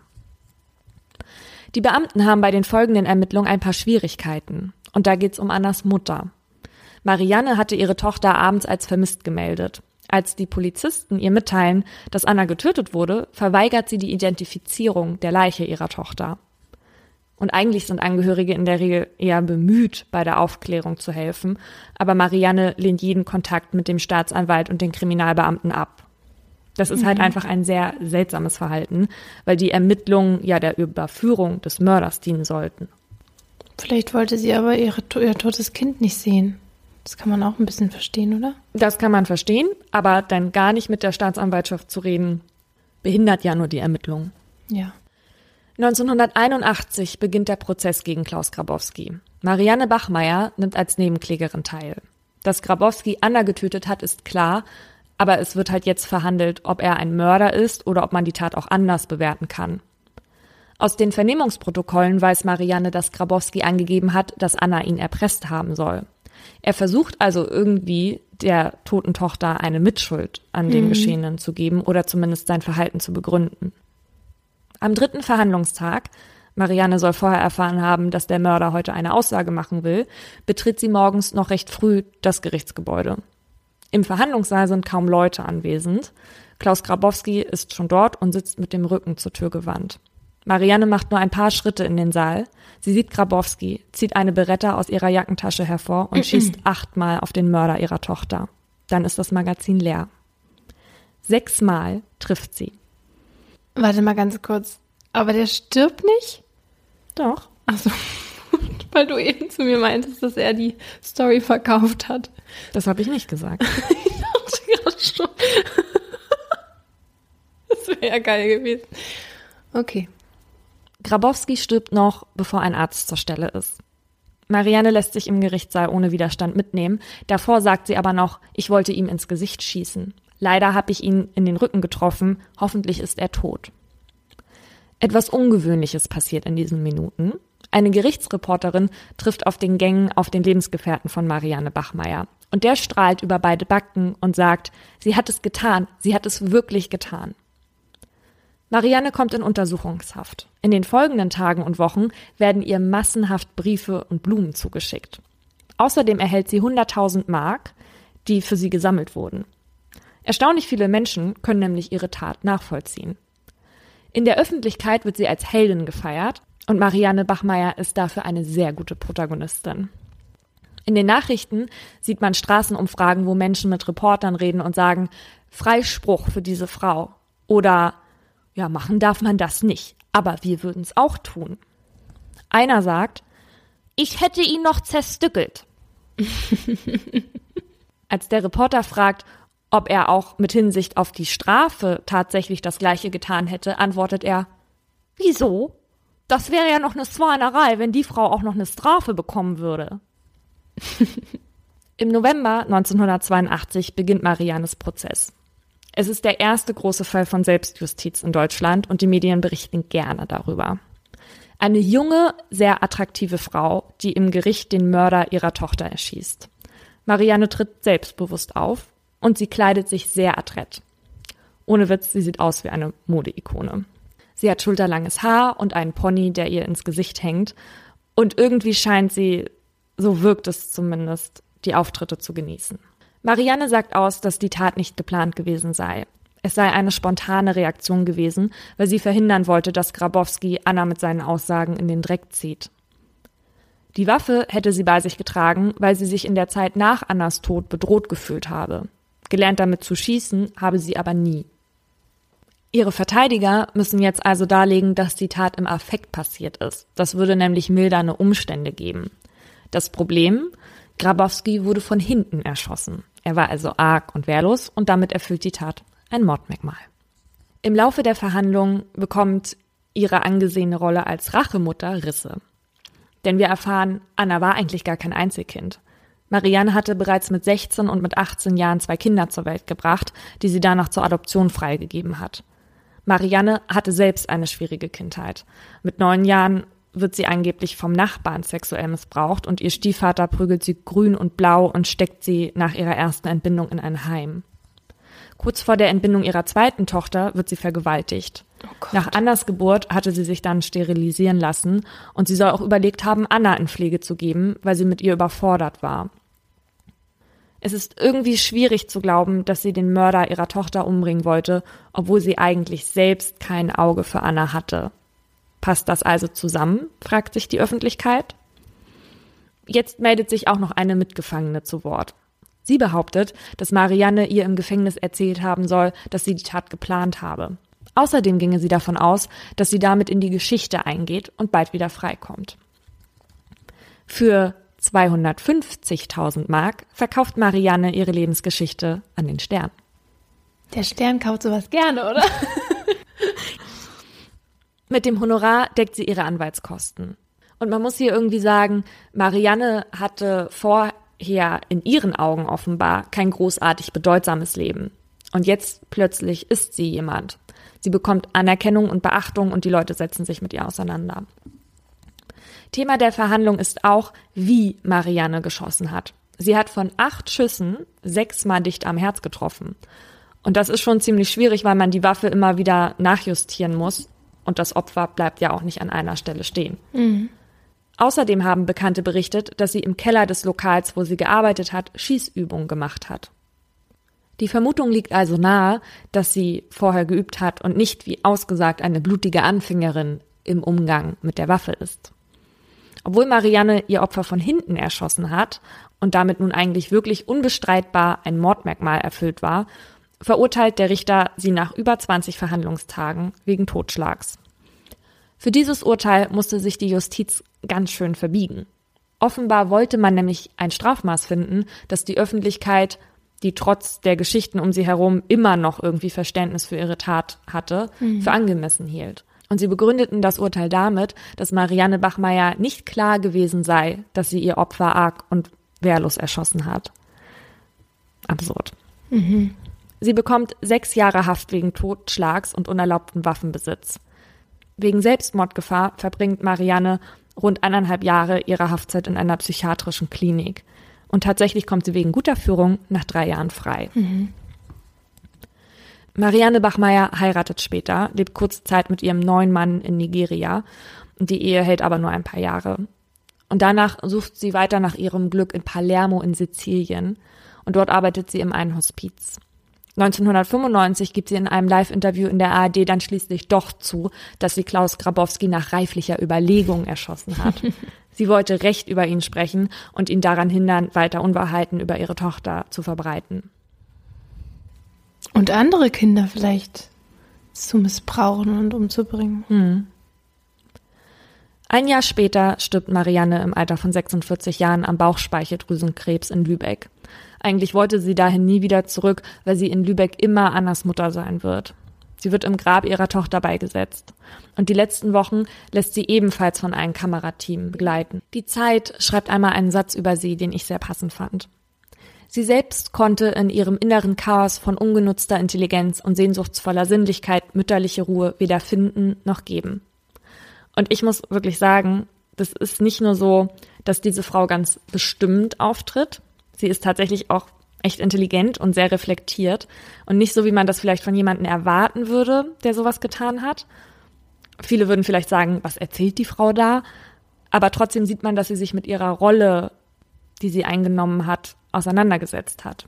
Die Beamten haben bei den folgenden Ermittlungen ein paar Schwierigkeiten. Und da geht's um Annas Mutter. Marianne hatte ihre Tochter abends als vermisst gemeldet. Als die Polizisten ihr mitteilen, dass Anna getötet wurde, verweigert sie die Identifizierung der Leiche ihrer Tochter. Und eigentlich sind Angehörige in der Regel eher bemüht, bei der Aufklärung zu helfen, aber Marianne lehnt jeden Kontakt mit dem Staatsanwalt und den Kriminalbeamten ab. Das ist mhm. halt einfach ein sehr seltsames Verhalten, weil die Ermittlungen ja der Überführung des Mörders dienen sollten. Vielleicht wollte sie aber ihre, ihr totes Kind nicht sehen. Das kann man auch ein bisschen verstehen, oder? Das kann man verstehen, aber dann gar nicht mit der Staatsanwaltschaft zu reden, behindert ja nur die Ermittlungen. Ja. neunzehnhunderteinundachtzig beginnt der Prozess gegen Klaus Grabowski. Marianne Bachmeier nimmt als Nebenklägerin teil. Dass Grabowski Anna getötet hat, ist klar, aber es wird halt jetzt verhandelt, ob er ein Mörder ist oder ob man die Tat auch anders bewerten kann. Aus den Vernehmungsprotokollen weiß Marianne, dass Grabowski angegeben hat, dass Anna ihn erpresst haben soll. Er versucht also irgendwie der toten Tochter eine Mitschuld an dem mhm. Geschehenen zu geben oder zumindest sein Verhalten zu begründen. Am dritten Verhandlungstag, Marianne soll vorher erfahren haben, dass der Mörder heute eine Aussage machen will, betritt sie morgens noch recht früh das Gerichtsgebäude. Im Verhandlungssaal sind kaum Leute anwesend. Klaus Grabowski ist schon dort und sitzt mit dem Rücken zur Tür gewandt. Marianne macht nur ein paar Schritte in den Saal. Sie sieht Grabowski, zieht eine Beretta aus ihrer Jackentasche hervor und schießt achtmal auf den Mörder ihrer Tochter. Dann ist das Magazin leer. Sechsmal trifft sie. Warte mal ganz kurz. Aber der stirbt nicht? Doch. Ach so. Weil du eben zu mir meintest, dass er die Story verkauft hat. Das habe ich nicht gesagt. Ich dachte gerade schon. Das wäre ja geil gewesen. Okay. Grabowski stirbt noch, bevor ein Arzt zur Stelle ist. Marianne lässt sich im Gerichtssaal ohne Widerstand mitnehmen. Davor sagt sie aber noch, ich wollte ihm ins Gesicht schießen. Leider habe ich ihn in den Rücken getroffen. Hoffentlich ist er tot. Etwas Ungewöhnliches passiert in diesen Minuten. Eine Gerichtsreporterin trifft auf den Gängen auf den Lebensgefährten von Marianne Bachmeier. Und der strahlt über beide Backen und sagt, sie hat es getan, sie hat es wirklich getan. Marianne kommt in Untersuchungshaft. In den folgenden Tagen und Wochen werden ihr massenhaft Briefe und Blumen zugeschickt. Außerdem erhält sie hunderttausend Mark. die für sie gesammelt wurden. Erstaunlich viele Menschen können nämlich ihre Tat nachvollziehen. In der Öffentlichkeit wird sie als Heldin gefeiert und Marianne Bachmeier ist dafür eine sehr gute Protagonistin. In den Nachrichten sieht man Straßenumfragen, wo Menschen mit Reportern reden und sagen, Freispruch für diese Frau. Oder, ja, machen darf man das nicht, aber wir würden es auch tun. Einer sagt, ich hätte ihn noch zerstückelt. Als der Reporter fragt, ob er auch mit Hinsicht auf die Strafe tatsächlich das Gleiche getan hätte, antwortet er, wieso? Das wäre ja noch eine Schweinerei, wenn die Frau auch noch eine Strafe bekommen würde. Im November neunzehnhundertzweiundachtzig beginnt Mariannes Prozess. Es ist der erste große Fall von Selbstjustiz in Deutschland und die Medien berichten gerne darüber. Eine junge, sehr attraktive Frau, die im Gericht den Mörder ihrer Tochter erschießt. Marianne tritt selbstbewusst auf und sie kleidet sich sehr adrett. Ohne Witz, sie sieht aus wie eine Modeikone. Sie hat schulterlanges Haar und einen Pony, der ihr ins Gesicht hängt. Und irgendwie scheint sie, so wirkt es zumindest, die Auftritte zu genießen. Marianne sagt aus, dass die Tat nicht geplant gewesen sei. Es sei eine spontane Reaktion gewesen, weil sie verhindern wollte, dass Grabowski Anna mit seinen Aussagen in den Dreck zieht. Die Waffe hätte sie bei sich getragen, weil sie sich in der Zeit nach Annas Tod bedroht gefühlt habe. Gelernt damit zu schießen habe sie aber nie. Ihre Verteidiger müssen jetzt also darlegen, dass die Tat im Affekt passiert ist. Das würde nämlich mildernde Umstände geben. Das Problem? Grabowski wurde von hinten erschossen. Er war also arg und wehrlos und damit erfüllt die Tat ein Mordmerkmal. Im Laufe der Verhandlungen bekommt ihre angesehene Rolle als Rachemutter Risse. Denn wir erfahren, Anna war eigentlich gar kein Einzelkind. Marianne hatte bereits mit sechzehn und mit achtzehn Jahren zwei Kinder zur Welt gebracht, die sie danach zur Adoption freigegeben hat. Marianne hatte selbst eine schwierige Kindheit. Mit neun Jahren wird sie angeblich vom Nachbarn sexuell missbraucht und ihr Stiefvater prügelt sie grün und blau und steckt sie nach ihrer ersten Entbindung in ein Heim. Kurz vor der Entbindung ihrer zweiten Tochter wird sie vergewaltigt. Oh Nach Annas Geburt hatte sie sich dann sterilisieren lassen und sie soll auch überlegt haben, Anna in Pflege zu geben, weil sie mit ihr überfordert war. Es ist irgendwie schwierig zu glauben, dass sie den Mörder ihrer Tochter umbringen wollte, obwohl sie eigentlich selbst kein Auge für Anna hatte. Passt das also zusammen, fragt sich die Öffentlichkeit. Jetzt meldet sich auch noch eine Mitgefangene zu Wort. Sie behauptet, dass Marianne ihr im Gefängnis erzählt haben soll, dass sie die Tat geplant habe. Außerdem ginge sie davon aus, dass sie damit in die Geschichte eingeht und bald wieder freikommt. Für zweihundertfünfzigtausend Mark verkauft Marianne ihre Lebensgeschichte an den Stern. Der Stern kauft sowas gerne, oder? Mit dem Honorar deckt sie ihre Anwaltskosten. Und man muss hier irgendwie sagen, Marianne hatte vorher in ihren Augen offenbar kein großartig bedeutsames Leben. Und jetzt plötzlich ist sie jemand. Sie bekommt Anerkennung und Beachtung und die Leute setzen sich mit ihr auseinander. Thema der Verhandlung ist auch, wie Marianne geschossen hat. Sie hat von acht Schüssen sechsmal dicht am Herz getroffen. Und das ist schon ziemlich schwierig, weil man die Waffe immer wieder nachjustieren muss. Und das Opfer bleibt ja auch nicht an einer Stelle stehen. Mhm. Außerdem haben Bekannte berichtet, dass sie im Keller des Lokals, wo sie gearbeitet hat, Schießübungen gemacht hat. Die Vermutung liegt also nahe, dass sie vorher geübt hat und nicht, wie ausgesagt, eine blutige Anfängerin im Umgang mit der Waffe ist. Obwohl Marianne ihr Opfer von hinten erschossen hat und damit nun eigentlich wirklich unbestreitbar ein Mordmerkmal erfüllt war, verurteilt der Richter sie nach über zwanzig Verhandlungstagen wegen Totschlags. Für dieses Urteil musste sich die Justiz ganz schön verbiegen. Offenbar wollte man nämlich ein Strafmaß finden, das die Öffentlichkeit, die trotz der Geschichten um sie herum immer noch irgendwie Verständnis für ihre Tat hatte, mhm. für angemessen hielt. Und sie begründeten das Urteil damit, dass Marianne Bachmeier nicht klar gewesen sei, dass sie ihr Opfer arg und wehrlos erschossen hat. Absurd. Mhm. Sie bekommt sechs Jahre Haft wegen Totschlags und unerlaubten Waffenbesitz. Wegen Selbstmordgefahr verbringt Marianne rund eineinhalb Jahre ihrer Haftzeit in einer psychiatrischen Klinik. Und tatsächlich kommt sie wegen guter Führung nach drei Jahren frei. Mhm. Marianne Bachmeier heiratet später, lebt kurze Zeit mit ihrem neuen Mann in Nigeria. Und die Ehe hält aber nur ein paar Jahre. Und danach sucht sie weiter nach ihrem Glück in Palermo in Sizilien. und dort arbeitet sie im einen Hospiz. neunzehnhundertfünfundneunzig gibt sie in einem Live-Interview in der A R D dann schließlich doch zu, dass sie Klaus Grabowski nach reiflicher Überlegung erschossen hat. Sie wollte Recht über ihn sprechen und ihn daran hindern, weiter Unwahrheiten über ihre Tochter zu verbreiten. Und andere Kinder vielleicht zu missbrauchen und umzubringen. Hm. Ein Jahr später stirbt Marianne im Alter von sechsundvierzig Jahren am Bauchspeicheldrüsenkrebs in Lübeck. Eigentlich wollte sie dahin nie wieder zurück, weil sie in Lübeck immer Annas Mutter sein wird. Sie wird im Grab ihrer Tochter beigesetzt. Und die letzten Wochen lässt sie ebenfalls von einem Kamerateam begleiten. Die Zeit schreibt einmal einen Satz über sie, den ich sehr passend fand. Sie selbst konnte in ihrem inneren Chaos von ungenutzter Intelligenz und sehnsuchtsvoller Sinnlichkeit mütterliche Ruhe weder finden noch geben. Und ich muss wirklich sagen, das ist nicht nur so, dass diese Frau ganz bestimmt auftritt. Sie ist tatsächlich auch echt intelligent und sehr reflektiert und nicht so, wie man das vielleicht von jemandem erwarten würde, der sowas getan hat. Viele würden vielleicht sagen, was erzählt die Frau da? Aber trotzdem sieht man, dass sie sich mit ihrer Rolle, die sie eingenommen hat, auseinandergesetzt hat.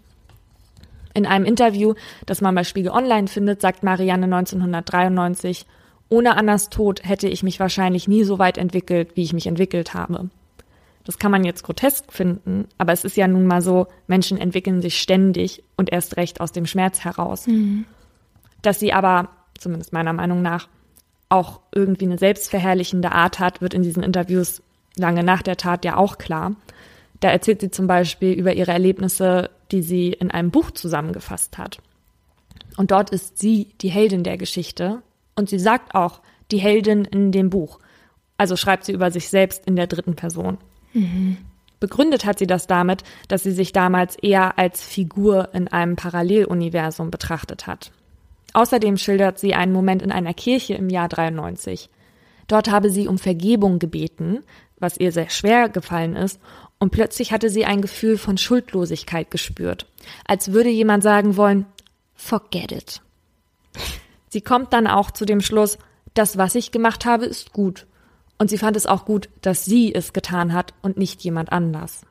In einem Interview, das man bei Spiegel Online findet, sagt Marianne neunzehnhundertdreiundneunzig, ohne Annas Tod hätte ich mich wahrscheinlich nie so weit entwickelt, wie ich mich entwickelt habe. Das kann man jetzt grotesk finden, aber es ist ja nun mal so, Menschen entwickeln sich ständig und erst recht aus dem Schmerz heraus. Mhm. Dass sie aber, zumindest meiner Meinung nach, auch irgendwie eine selbstverherrlichende Art hat, wird in diesen Interviews lange nach der Tat ja auch klar. Da erzählt sie zum Beispiel über ihre Erlebnisse, die sie in einem Buch zusammengefasst hat. Und dort ist sie die Heldin der Geschichte und sie sagt auch, die Heldin in dem Buch. Also schreibt sie über sich selbst in der dritten Person. Mhm. Begründet hat sie das damit, dass sie sich damals eher als Figur in einem Paralleluniversum betrachtet hat. Außerdem schildert sie einen Moment in einer Kirche im Jahr dreiundneunzig. Dort habe sie um Vergebung gebeten, was ihr sehr schwer gefallen ist, und plötzlich hatte sie ein Gefühl von Schuldlosigkeit gespürt, als würde jemand sagen wollen, forget it. Sie kommt dann auch zu dem Schluss, das, was ich gemacht habe, ist gut. Und sie fand es auch gut, dass sie es getan hat und nicht jemand anders.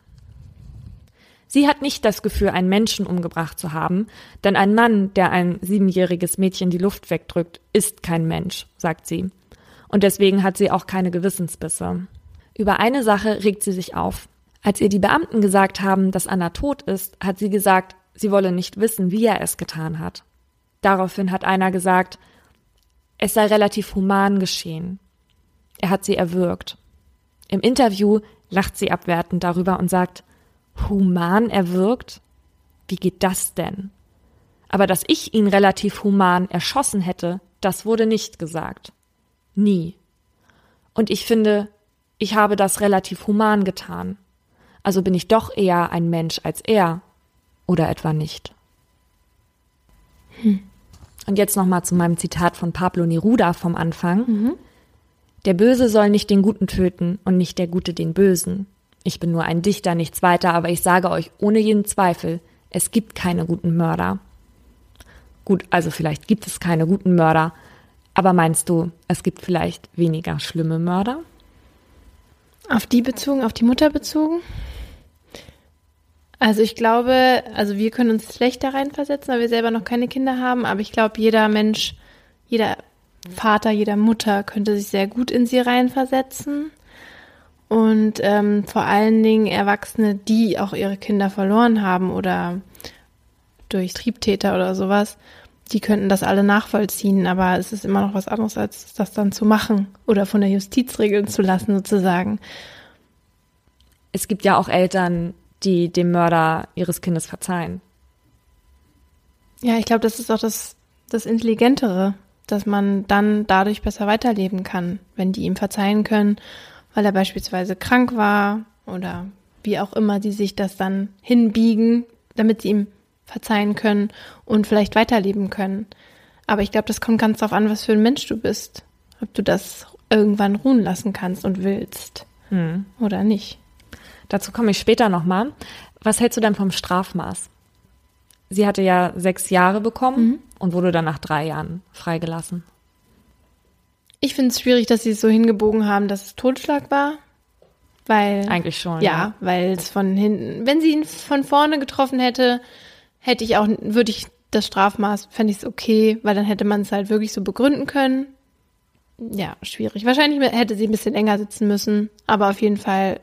Sie hat nicht das Gefühl, einen Menschen umgebracht zu haben, denn ein Mann, der ein siebenjähriges Mädchen die Luft wegdrückt, ist kein Mensch, sagt sie. Und deswegen hat sie auch keine Gewissensbisse. Über eine Sache regt sie sich auf. Als ihr die Beamten gesagt haben, dass Anna tot ist, hat sie gesagt, sie wolle nicht wissen, wie er es getan hat. Daraufhin hat einer gesagt, es sei relativ human geschehen. Er hat sie erwürgt. Im Interview lacht sie abwertend darüber und sagt, human erwürgt? Wie geht das denn? Aber dass ich ihn relativ human erschossen hätte, das wurde nicht gesagt. Nie. Und ich finde, ich habe das relativ human getan. Also bin ich doch eher ein Mensch als er. Oder etwa nicht. Hm. Und jetzt nochmal zu meinem Zitat von Pablo Neruda vom Anfang. Mhm. Der Böse soll nicht den Guten töten und nicht der Gute den Bösen. Ich bin nur ein Dichter, nichts weiter, aber ich sage euch ohne jeden Zweifel, es gibt keine guten Mörder. Gut, also vielleicht gibt es keine guten Mörder, aber meinst du, es gibt vielleicht weniger schlimme Mörder? Auf die bezogen, auf die Mutter bezogen? Also ich glaube, also wir können uns schlecht da reinversetzen, weil wir selber noch keine Kinder haben, aber ich glaube, jeder Mensch, jeder Vater, jeder Mutter könnte sich sehr gut in sie reinversetzen. Und ähm, vor allen Dingen Erwachsene, die auch ihre Kinder verloren haben oder durch Triebtäter oder sowas, die könnten das alle nachvollziehen, aber es ist immer noch was anderes, als das dann zu machen oder von der Justiz regeln zu lassen sozusagen. Es gibt ja auch Eltern, die dem Mörder ihres Kindes verzeihen. Ja, ich glaube, das ist auch das, das Intelligentere, dass man dann dadurch besser weiterleben kann, wenn die ihm verzeihen können, weil er beispielsweise krank war oder wie auch immer die sich das dann hinbiegen, damit sie ihm verzeihen können und vielleicht weiterleben können. Aber ich glaube, das kommt ganz darauf an, was für ein Mensch du bist. Ob du das irgendwann ruhen lassen kannst und willst hm. oder nicht. Dazu komme ich später nochmal. Was hältst du denn vom Strafmaß? Sie hatte ja sechs Jahre bekommen mhm. und wurde dann nach drei Jahren freigelassen. Ich finde es schwierig, dass sie es so hingebogen haben, dass es Totschlag war. Weil, Eigentlich schon, ja. ja. Weil es von hinten, wenn sie ihn von vorne getroffen hätte, hätte ich auch, würde ich das Strafmaß, fände ich es okay, weil dann hätte man es halt wirklich so begründen können. Ja, schwierig. Wahrscheinlich hätte sie ein bisschen länger sitzen müssen, aber auf jeden Fall,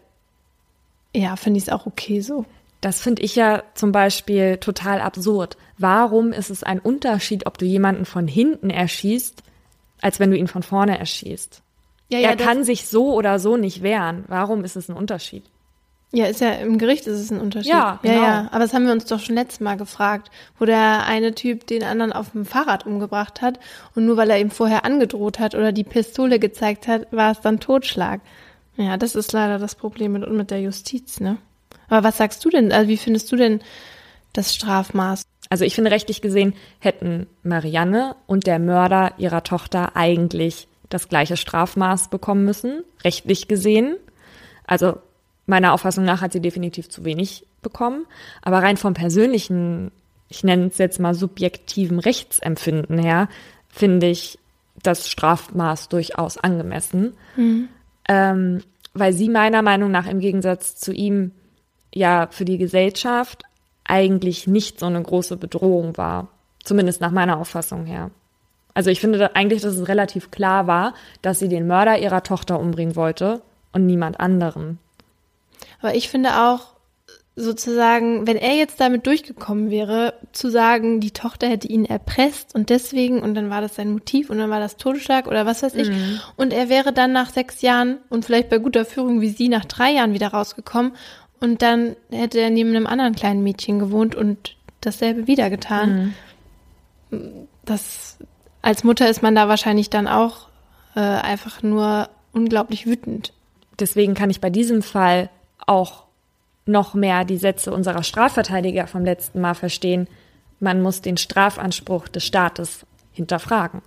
ja, finde ich es auch okay so. Das finde ich ja zum Beispiel total absurd. Warum ist es ein Unterschied, ob du jemanden von hinten erschießt, als wenn du ihn von vorne erschießt? Ja, ja, er kann sich so oder so nicht wehren. Warum ist es ein Unterschied? Ja, ist ja im Gericht ist es ein Unterschied. Ja, genau. Ja, ja, aber das haben wir uns doch schon letztes Mal gefragt, wo der eine Typ den anderen auf dem Fahrrad umgebracht hat und nur weil er ihm vorher angedroht hat oder die Pistole gezeigt hat, war es dann Totschlag. Ja, das ist leider das Problem mit, mit der Justiz, ne? Aber was sagst du denn, also wie findest du denn das Strafmaß? Also ich finde, rechtlich gesehen hätten Marianne und der Mörder ihrer Tochter eigentlich das gleiche Strafmaß bekommen müssen, rechtlich gesehen. Also meiner Auffassung nach hat sie definitiv zu wenig bekommen. Aber rein vom persönlichen, ich nenne es jetzt mal subjektiven Rechtsempfinden her, finde ich das Strafmaß durchaus angemessen. Mhm. Ähm, weil sie meiner Meinung nach im Gegensatz zu ihm ja für die Gesellschaft eigentlich nicht so eine große Bedrohung war. Zumindest nach meiner Auffassung her. Also ich finde eigentlich, dass es relativ klar war, dass sie den Mörder ihrer Tochter umbringen wollte und niemand anderen. Aber ich finde auch sozusagen, wenn er jetzt damit durchgekommen wäre, zu sagen, die Tochter hätte ihn erpresst und deswegen, und dann war das sein Motiv und dann war das Totschlag oder was weiß ich. Mhm. Und er wäre dann nach sechs Jahren und vielleicht bei guter Führung wie sie nach drei Jahren wieder rausgekommen und dann hätte er neben einem anderen kleinen Mädchen gewohnt und dasselbe wieder getan. Mhm. Das, als Mutter ist man da wahrscheinlich dann auch äh, einfach nur unglaublich wütend. Deswegen kann ich bei diesem Fall auch noch mehr die Sätze unserer Strafverteidiger vom letzten Mal verstehen. Man muss den Strafanspruch des Staates hinterfragen.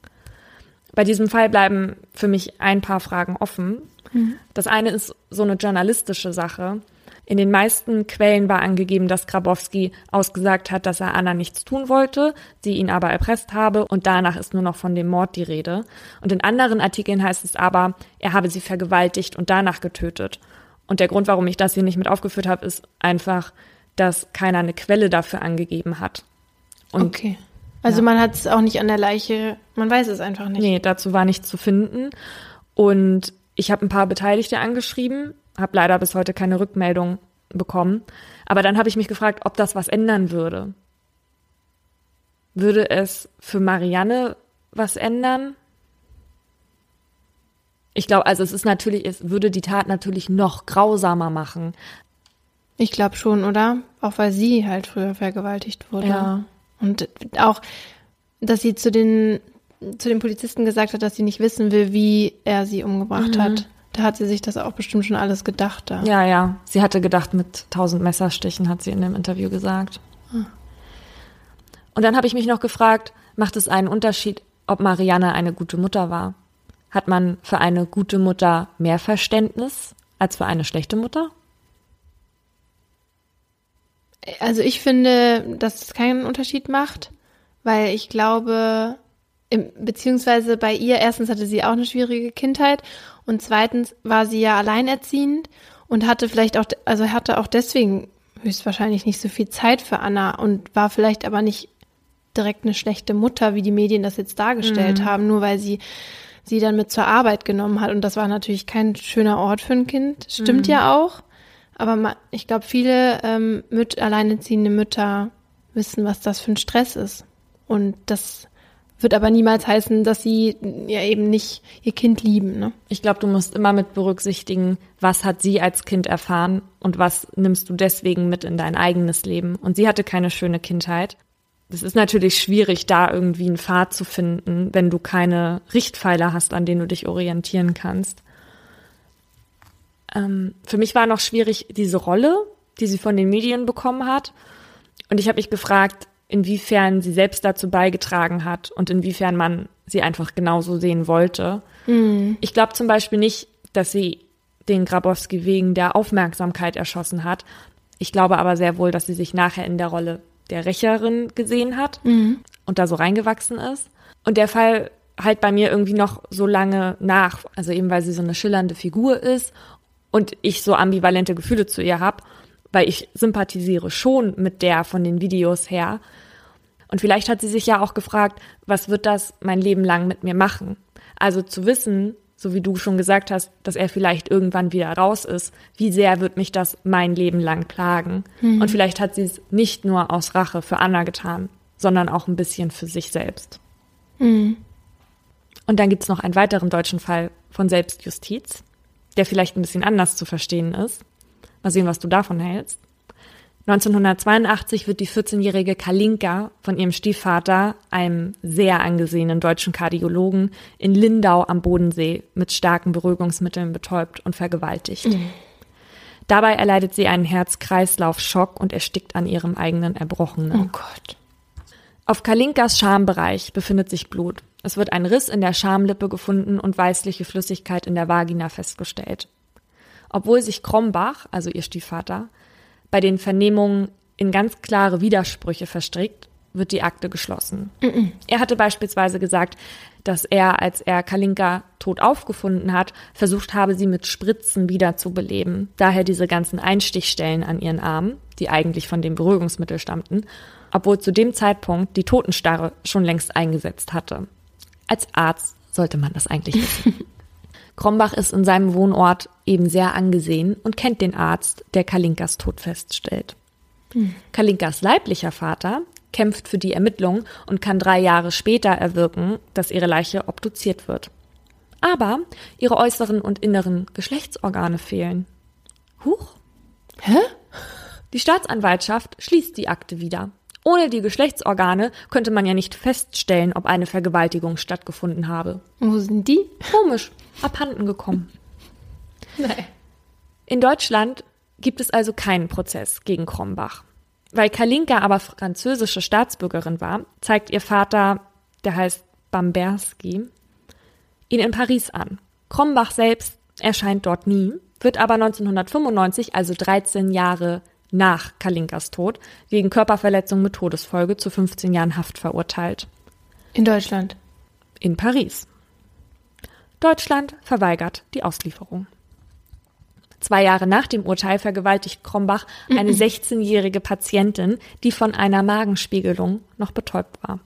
Bei diesem Fall bleiben für mich ein paar Fragen offen. Mhm. Das eine ist so eine journalistische Sache. In den meisten Quellen war angegeben, dass Grabowski ausgesagt hat, dass er Anna nichts tun wollte, sie ihn aber erpresst habe und danach ist nur noch von dem Mord die Rede. Und in anderen Artikeln heißt es aber, er habe sie vergewaltigt und danach getötet. Und der Grund, warum ich das hier nicht mit aufgeführt habe, ist einfach, dass keiner eine Quelle dafür angegeben hat. Und, okay. Also ja. Man hat es auch nicht an der Leiche, man weiß es einfach nicht. Nee, dazu war nichts zu finden. Und ich habe ein paar Beteiligte angeschrieben, habe leider bis heute keine Rückmeldung bekommen. Aber dann habe ich mich gefragt, ob das was ändern würde. Würde es für Marianne was ändern? Ich glaube, also es ist natürlich, es würde die Tat natürlich noch grausamer machen. Ich glaube schon, oder? Auch weil sie halt früher vergewaltigt wurde. Ja. Und auch, dass sie zu den, zu den Polizisten gesagt hat, dass sie nicht wissen will, wie er sie umgebracht mhm. hat. Da hat sie sich das auch bestimmt schon alles gedacht. Da. Ja, ja. Sie hatte gedacht, mit tausend Messerstichen, hat sie in dem Interview gesagt. Hm. Und dann habe ich mich noch gefragt, macht es einen Unterschied, ob Marianne eine gute Mutter war? Hat man für eine gute Mutter mehr Verständnis als für eine schlechte Mutter? Also ich finde, dass es keinen Unterschied macht, weil ich glaube, im, beziehungsweise bei ihr, erstens hatte sie auch eine schwierige Kindheit und zweitens war sie ja alleinerziehend und hatte vielleicht auch, also hatte auch deswegen höchstwahrscheinlich nicht so viel Zeit für Anna und war vielleicht aber nicht direkt eine schlechte Mutter, wie die Medien das jetzt dargestellt mhm. haben, nur weil sie sie dann mit zur Arbeit genommen hat. Und das war natürlich kein schöner Ort für ein Kind. Stimmt mhm. ja auch. Aber man, ich glaube, viele ähm, mit alleinerziehende Mütter wissen, was das für ein Stress ist. Und das wird aber niemals heißen, dass sie ja eben nicht ihr Kind lieben. Ne? Ich glaube, du musst immer mit berücksichtigen, was hat sie als Kind erfahren und was nimmst du deswegen mit in dein eigenes Leben. Und sie hatte keine schöne Kindheit. Es ist natürlich schwierig, da irgendwie einen Pfad zu finden, wenn du keine Richtpfeiler hast, an denen du dich orientieren kannst. Ähm, für mich war noch schwierig diese Rolle, die sie von den Medien bekommen hat. Und ich habe mich gefragt, inwiefern sie selbst dazu beigetragen hat und inwiefern man sie einfach genauso sehen wollte. Mhm. Ich glaube zum Beispiel nicht, dass sie den Grabowski wegen der Aufmerksamkeit erschossen hat. Ich glaube aber sehr wohl, dass sie sich nachher in der Rolle der Rächerin gesehen hat mhm. und da so reingewachsen ist. Und der Fall halt bei mir irgendwie noch so lange nach, also eben weil sie so eine schillernde Figur ist und ich so ambivalente Gefühle zu ihr habe, weil ich sympathisiere schon mit der von den Videos her. Und vielleicht hat sie sich ja auch gefragt, was wird das mein Leben lang mit mir machen? Also zu wissen, so wie du schon gesagt hast, dass er vielleicht irgendwann wieder raus ist, wie sehr wird mich das mein Leben lang plagen? Mhm. Und vielleicht hat sie es nicht nur aus Rache für Anna getan, sondern auch ein bisschen für sich selbst. Mhm. Und dann gibt es noch einen weiteren deutschen Fall von Selbstjustiz, der vielleicht ein bisschen anders zu verstehen ist. Mal sehen, was du davon hältst. neunzehnhundertzweiundachtzig wird die vierzehnjährige Kalinka von ihrem Stiefvater, einem sehr angesehenen deutschen Kardiologen, in Lindau am Bodensee mit starken Beruhigungsmitteln betäubt und vergewaltigt. Mhm. Dabei erleidet sie einen Herz-Kreislauf-Schock und erstickt an ihrem eigenen Erbrochenen. Oh Gott. Auf Kalinkas Schambereich befindet sich Blut. Es wird ein Riss in der Schamlippe gefunden und weißliche Flüssigkeit in der Vagina festgestellt. Obwohl sich Krombach, also ihr Stiefvater, bei den Vernehmungen in ganz klare Widersprüche verstrickt, wird die Akte geschlossen. Mm-mm. Er hatte beispielsweise gesagt, dass er, als er Kalinka tot aufgefunden hat, versucht habe, sie mit Spritzen wiederzubeleben. Daher diese ganzen Einstichstellen an ihren Armen, die eigentlich von dem Beruhigungsmittel stammten, obwohl zu dem Zeitpunkt die Totenstarre schon längst eingesetzt hatte. Als Arzt sollte man das eigentlich wissen. Krombach ist in seinem Wohnort eben sehr angesehen und kennt den Arzt, der Kalinkas Tod feststellt. Hm. Kalinkas leiblicher Vater kämpft für die Ermittlungen und kann drei Jahre später erwirken, dass ihre Leiche obduziert wird. Aber ihre äußeren und inneren Geschlechtsorgane fehlen. Huch. Hä? Die Staatsanwaltschaft schließt die Akte wieder. Ohne die Geschlechtsorgane könnte man ja nicht feststellen, ob eine Vergewaltigung stattgefunden habe. Wo sind die? Komisch, abhanden gekommen. Nein. In Deutschland gibt es also keinen Prozess gegen Krombach. Weil Kalinka aber französische Staatsbürgerin war, zeigt ihr Vater, der heißt Bamberski, ihn in Paris an. Krombach selbst erscheint dort nie, wird aber neunzehnhundertfünfundneunzig, also dreizehn Jahre nach Kalinkas Tod, wegen Körperverletzung mit Todesfolge zu fünfzehn Jahren Haft verurteilt. In Deutschland? In Paris. Deutschland verweigert die Auslieferung. Zwei Jahre nach dem Urteil vergewaltigt Krombach eine sechzehnjährige Patientin, die von einer Magenspiegelung noch betäubt war.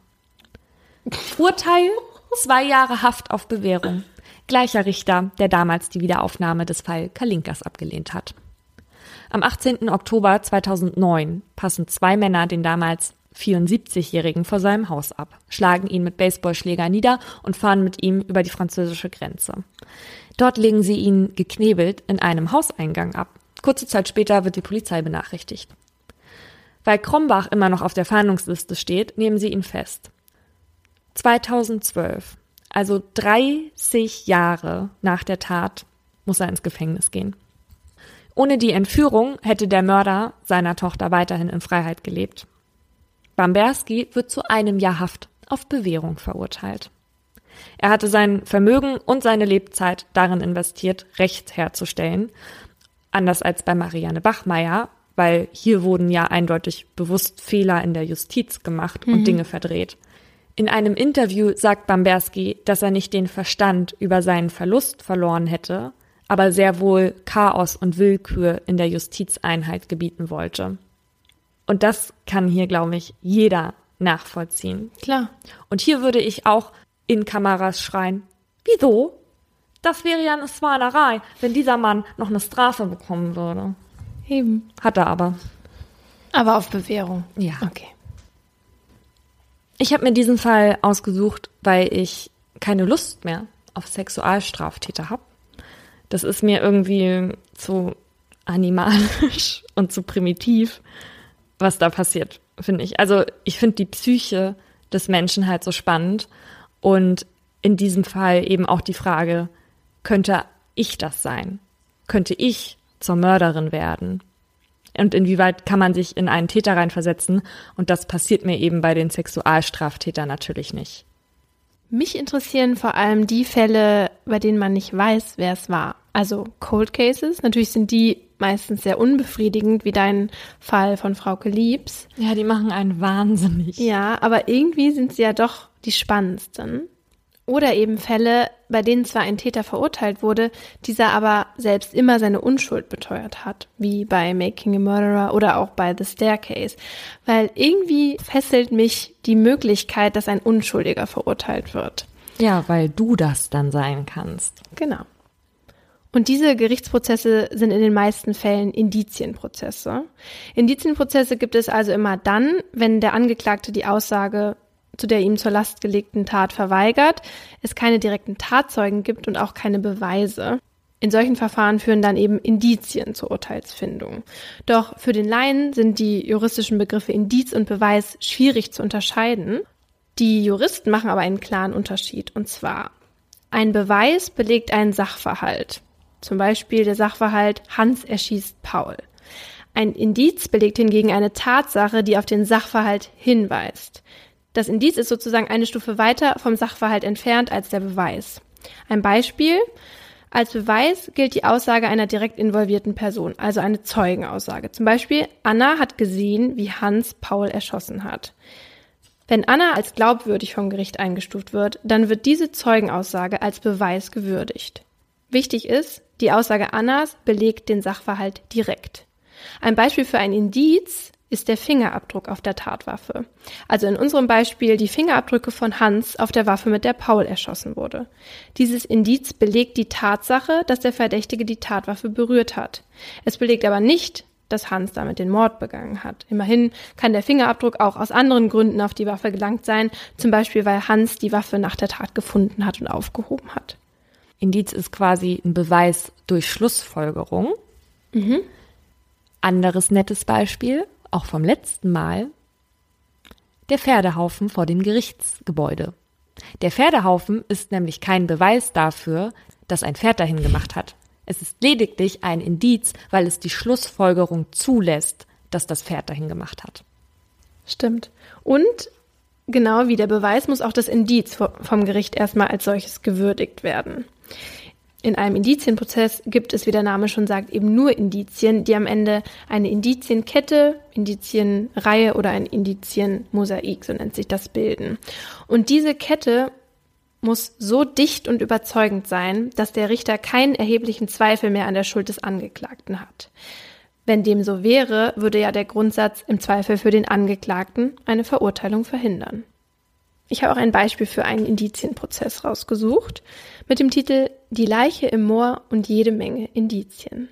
Urteil, zwei Jahre Haft auf Bewährung. Gleicher Richter, der damals die Wiederaufnahme des Fall Kalinkas abgelehnt hat. Am achtzehnten Oktober zweitausendneun passen zwei Männer den damals vierundsiebzigjährigen vor seinem Haus ab, schlagen ihn mit Baseballschläger nieder und fahren mit ihm über die französische Grenze. Dort legen sie ihn geknebelt in einem Hauseingang ab. Kurze Zeit später wird die Polizei benachrichtigt. Weil Krombach immer noch auf der Fahndungsliste steht, nehmen sie ihn fest. zweitausendzwölf, also dreißig Jahre nach der Tat, muss er ins Gefängnis gehen. Ohne die Entführung hätte der Mörder seiner Tochter weiterhin in Freiheit gelebt. Bamberski wird zu einem Jahr Haft auf Bewährung verurteilt. Er hatte sein Vermögen und seine Lebzeit darin investiert, Recht herzustellen. Anders als bei Marianne Bachmeier, weil hier wurden ja eindeutig bewusst Fehler in der Justiz gemacht und mhm. Dinge verdreht. In einem Interview sagt Bamberski, dass er nicht den Verstand über seinen Verlust verloren hätte, aber sehr wohl Chaos und Willkür in der Justizeinheit gebieten wollte. Und das kann hier, glaube ich, jeder nachvollziehen. Klar. Und hier würde ich auch in Kameras schreien, wieso? Das wäre ja eine Schweinerei, wenn dieser Mann noch eine Strafe bekommen würde. Eben. Hat er aber. Aber auf Bewährung. Ja. Okay. Ich habe mir diesen Fall ausgesucht, weil ich keine Lust mehr auf Sexualstraftäter habe. Das ist mir irgendwie zu animalisch und zu primitiv, was da passiert, finde ich. Also ich finde die Psyche des Menschen halt so spannend und in diesem Fall eben auch die Frage, könnte ich das sein? Könnte ich zur Mörderin werden? Und inwieweit kann man sich in einen Täter reinversetzen? Und das passiert mir eben bei den Sexualstraftätern natürlich nicht. Mich interessieren vor allem die Fälle, bei denen man nicht weiß, wer es war. Also Cold Cases, natürlich sind die meistens sehr unbefriedigend, wie dein Fall von Frauke Liebs. Ja, die machen einen wahnsinnig. Ja, aber irgendwie sind sie ja doch die spannendsten. Oder eben Fälle, bei denen zwar ein Täter verurteilt wurde, dieser aber selbst immer seine Unschuld beteuert hat, wie bei Making a Murderer oder auch bei The Staircase. Weil irgendwie fesselt mich die Möglichkeit, dass ein Unschuldiger verurteilt wird. Ja, weil du das dann sein kannst. Genau. Und diese Gerichtsprozesse sind in den meisten Fällen Indizienprozesse. Indizienprozesse gibt es also immer dann, wenn der Angeklagte die Aussage zu der ihm zur Last gelegten Tat verweigert, es keine direkten Tatzeugen gibt und auch keine Beweise. In solchen Verfahren führen dann eben Indizien zur Urteilsfindung. Doch für den Laien sind die juristischen Begriffe Indiz und Beweis schwierig zu unterscheiden. Die Juristen machen aber einen klaren Unterschied. Und zwar, ein Beweis belegt einen Sachverhalt. Zum Beispiel der Sachverhalt Hans erschießt Paul. Ein Indiz belegt hingegen eine Tatsache, die auf den Sachverhalt hinweist. Das Indiz ist sozusagen eine Stufe weiter vom Sachverhalt entfernt als der Beweis. Ein Beispiel: Als Beweis gilt die Aussage einer direkt involvierten Person, also eine Zeugenaussage. Zum Beispiel, Anna hat gesehen, wie Hans Paul erschossen hat. Wenn Anna als glaubwürdig vom Gericht eingestuft wird, dann wird diese Zeugenaussage als Beweis gewürdigt. Wichtig ist, die Aussage Annas belegt den Sachverhalt direkt. Ein Beispiel für ein Indiz ist der Fingerabdruck auf der Tatwaffe. Also in unserem Beispiel die Fingerabdrücke von Hans auf der Waffe, mit der Paul erschossen wurde. Dieses Indiz belegt die Tatsache, dass der Verdächtige die Tatwaffe berührt hat. Es belegt aber nicht, dass Hans damit den Mord begangen hat. Immerhin kann der Fingerabdruck auch aus anderen Gründen auf die Waffe gelangt sein, zum Beispiel weil Hans die Waffe nach der Tat gefunden hat und aufgehoben hat. Indiz ist quasi ein Beweis durch Schlussfolgerung. Mhm. Anderes nettes Beispiel, auch vom letzten Mal, der Pferdehaufen vor dem Gerichtsgebäude. Der Pferdehaufen ist nämlich kein Beweis dafür, dass ein Pferd dahin gemacht hat. Es ist lediglich ein Indiz, weil es die Schlussfolgerung zulässt, dass das Pferd dahin gemacht hat. Stimmt. Und genau wie der Beweis muss auch das Indiz vom Gericht erstmal als solches gewürdigt werden. In einem Indizienprozess gibt es, wie der Name schon sagt, eben nur Indizien, die am Ende eine Indizienkette, Indizienreihe oder ein Indizienmosaik, so nennt sich das, bilden. Und diese Kette muss so dicht und überzeugend sein, dass der Richter keinen erheblichen Zweifel mehr an der Schuld des Angeklagten hat. Wenn dem so wäre, würde ja der Grundsatz im Zweifel für den Angeklagten eine Verurteilung verhindern. Ich habe auch ein Beispiel für einen Indizienprozess rausgesucht mit dem Titel »Die Leiche im Moor und jede Menge Indizien«.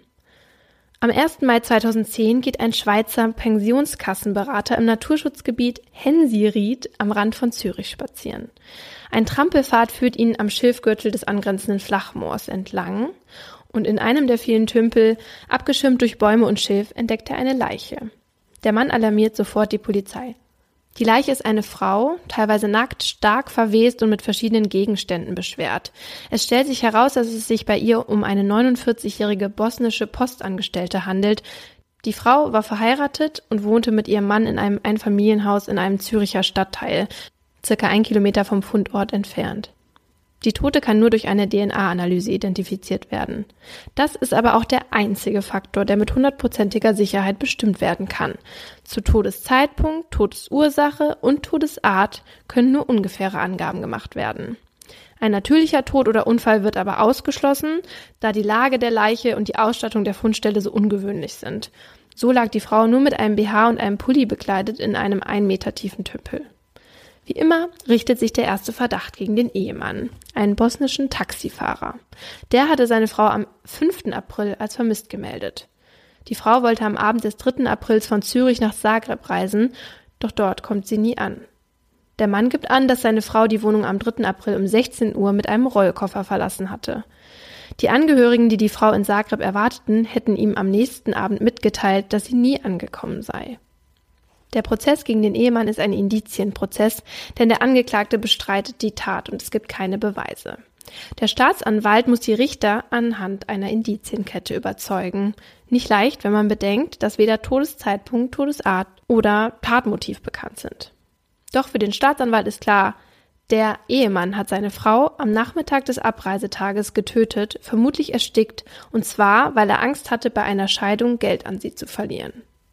Am ersten Mai zweitausendzehn geht ein Schweizer Pensionskassenberater im Naturschutzgebiet Hensiried am Rand von Zürich spazieren. Ein Trampelpfad führt ihn am Schilfgürtel des angrenzenden Flachmoors entlang und in einem der vielen Tümpel, abgeschirmt durch Bäume und Schilf, entdeckt er eine Leiche. Der Mann alarmiert sofort die Polizei. Die Leiche ist eine Frau, teilweise nackt, stark verwest und mit verschiedenen Gegenständen beschwert. Es stellt sich heraus, dass es sich bei ihr um eine neunundvierzigjährige bosnische Postangestellte handelt. Die Frau war verheiratet und wohnte mit ihrem Mann in einem Einfamilienhaus in einem Züricher Stadtteil, circa ein Kilometer vom Fundort entfernt. Die Tote kann nur durch eine D N A-Analyse identifiziert werden. Das ist aber auch der einzige Faktor, der mit hundertprozentiger Sicherheit bestimmt werden kann. Zu Todeszeitpunkt, Todesursache und Todesart können nur ungefähre Angaben gemacht werden. Ein natürlicher Tod oder Unfall wird aber ausgeschlossen, da die Lage der Leiche und die Ausstattung der Fundstelle so ungewöhnlich sind. So lag die Frau nur mit einem B H und einem Pulli bekleidet in einem ein Meter tiefen Tümpel. Wie immer richtet sich der erste Verdacht gegen den Ehemann, einen bosnischen Taxifahrer. Der hatte seine Frau am fünften April als vermisst gemeldet. Die Frau wollte am Abend des dritten Aprils von Zürich nach Zagreb reisen, doch dort kommt sie nie an. Der Mann gibt an, dass seine Frau die Wohnung am dritten April um sechzehn Uhr mit einem Rollkoffer verlassen hatte. Die Angehörigen, die die Frau in Zagreb erwarteten, hätten ihm am nächsten Abend mitgeteilt, dass sie nie angekommen sei. Der Prozess gegen den Ehemann ist ein Indizienprozess, denn der Angeklagte bestreitet die Tat und es gibt keine Beweise. Der Staatsanwalt muss die Richter anhand einer Indizienkette überzeugen. Nicht leicht, wenn man bedenkt, dass weder Todeszeitpunkt, Todesart oder Tatmotiv bekannt sind. Doch für den Staatsanwalt ist klar, der Ehemann hat seine Frau am Nachmittag des Abreisetages getötet, vermutlich erstickt, und zwar, weil er Angst hatte, bei einer Scheidung Geld an sie zu verlieren.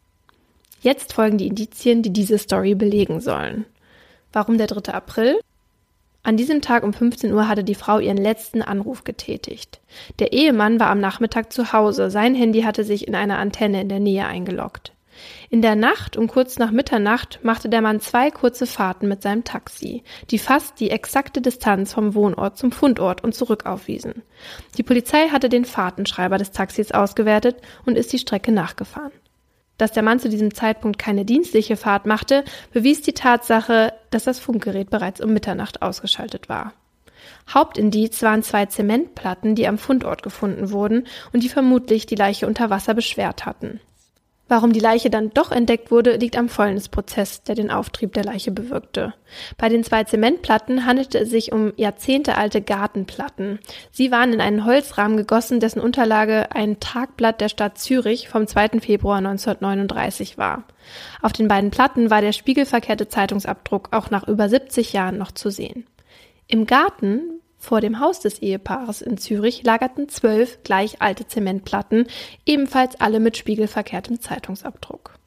Jetzt folgen die Indizien, die diese Story belegen sollen. Warum der dritte April? An diesem Tag um fünfzehn Uhr hatte die Frau ihren letzten Anruf getätigt. Der Ehemann war am Nachmittag zu Hause. Sein Handy hatte sich in eine Antenne in der Nähe eingeloggt. In der Nacht um kurz nach Mitternacht machte der Mann zwei kurze Fahrten mit seinem Taxi, die fast die exakte Distanz vom Wohnort zum Fundort und zurück aufwiesen. Die Polizei hatte den Fahrtenschreiber des Taxis ausgewertet und ist die Strecke nachgefahren. Dass der Mann zu diesem Zeitpunkt keine dienstliche Fahrt machte, bewies die Tatsache, dass das Funkgerät bereits um Mitternacht ausgeschaltet war. Hauptindiz waren zwei Zementplatten, die am Fundort gefunden wurden und die vermutlich die Leiche unter Wasser beschwert hatten. Warum die Leiche dann doch entdeckt wurde, liegt am Fäulnisprozess, der den Auftrieb der Leiche bewirkte. Bei den zwei Zementplatten handelte es sich um jahrzehntealte Gartenplatten. Sie waren in einen Holzrahmen gegossen, dessen Unterlage ein Tagblatt der Stadt Zürich vom zweiten Februar neunzehnhundertneununddreißig war. Auf den beiden Platten war der spiegelverkehrte Zeitungsabdruck auch nach über siebzig Jahren noch zu sehen. Im Garten vor dem Haus des Ehepaares in Zürich lagerten zwölf gleich alte Zementplatten, ebenfalls alle mit spiegelverkehrtem Zeitungsabdruck.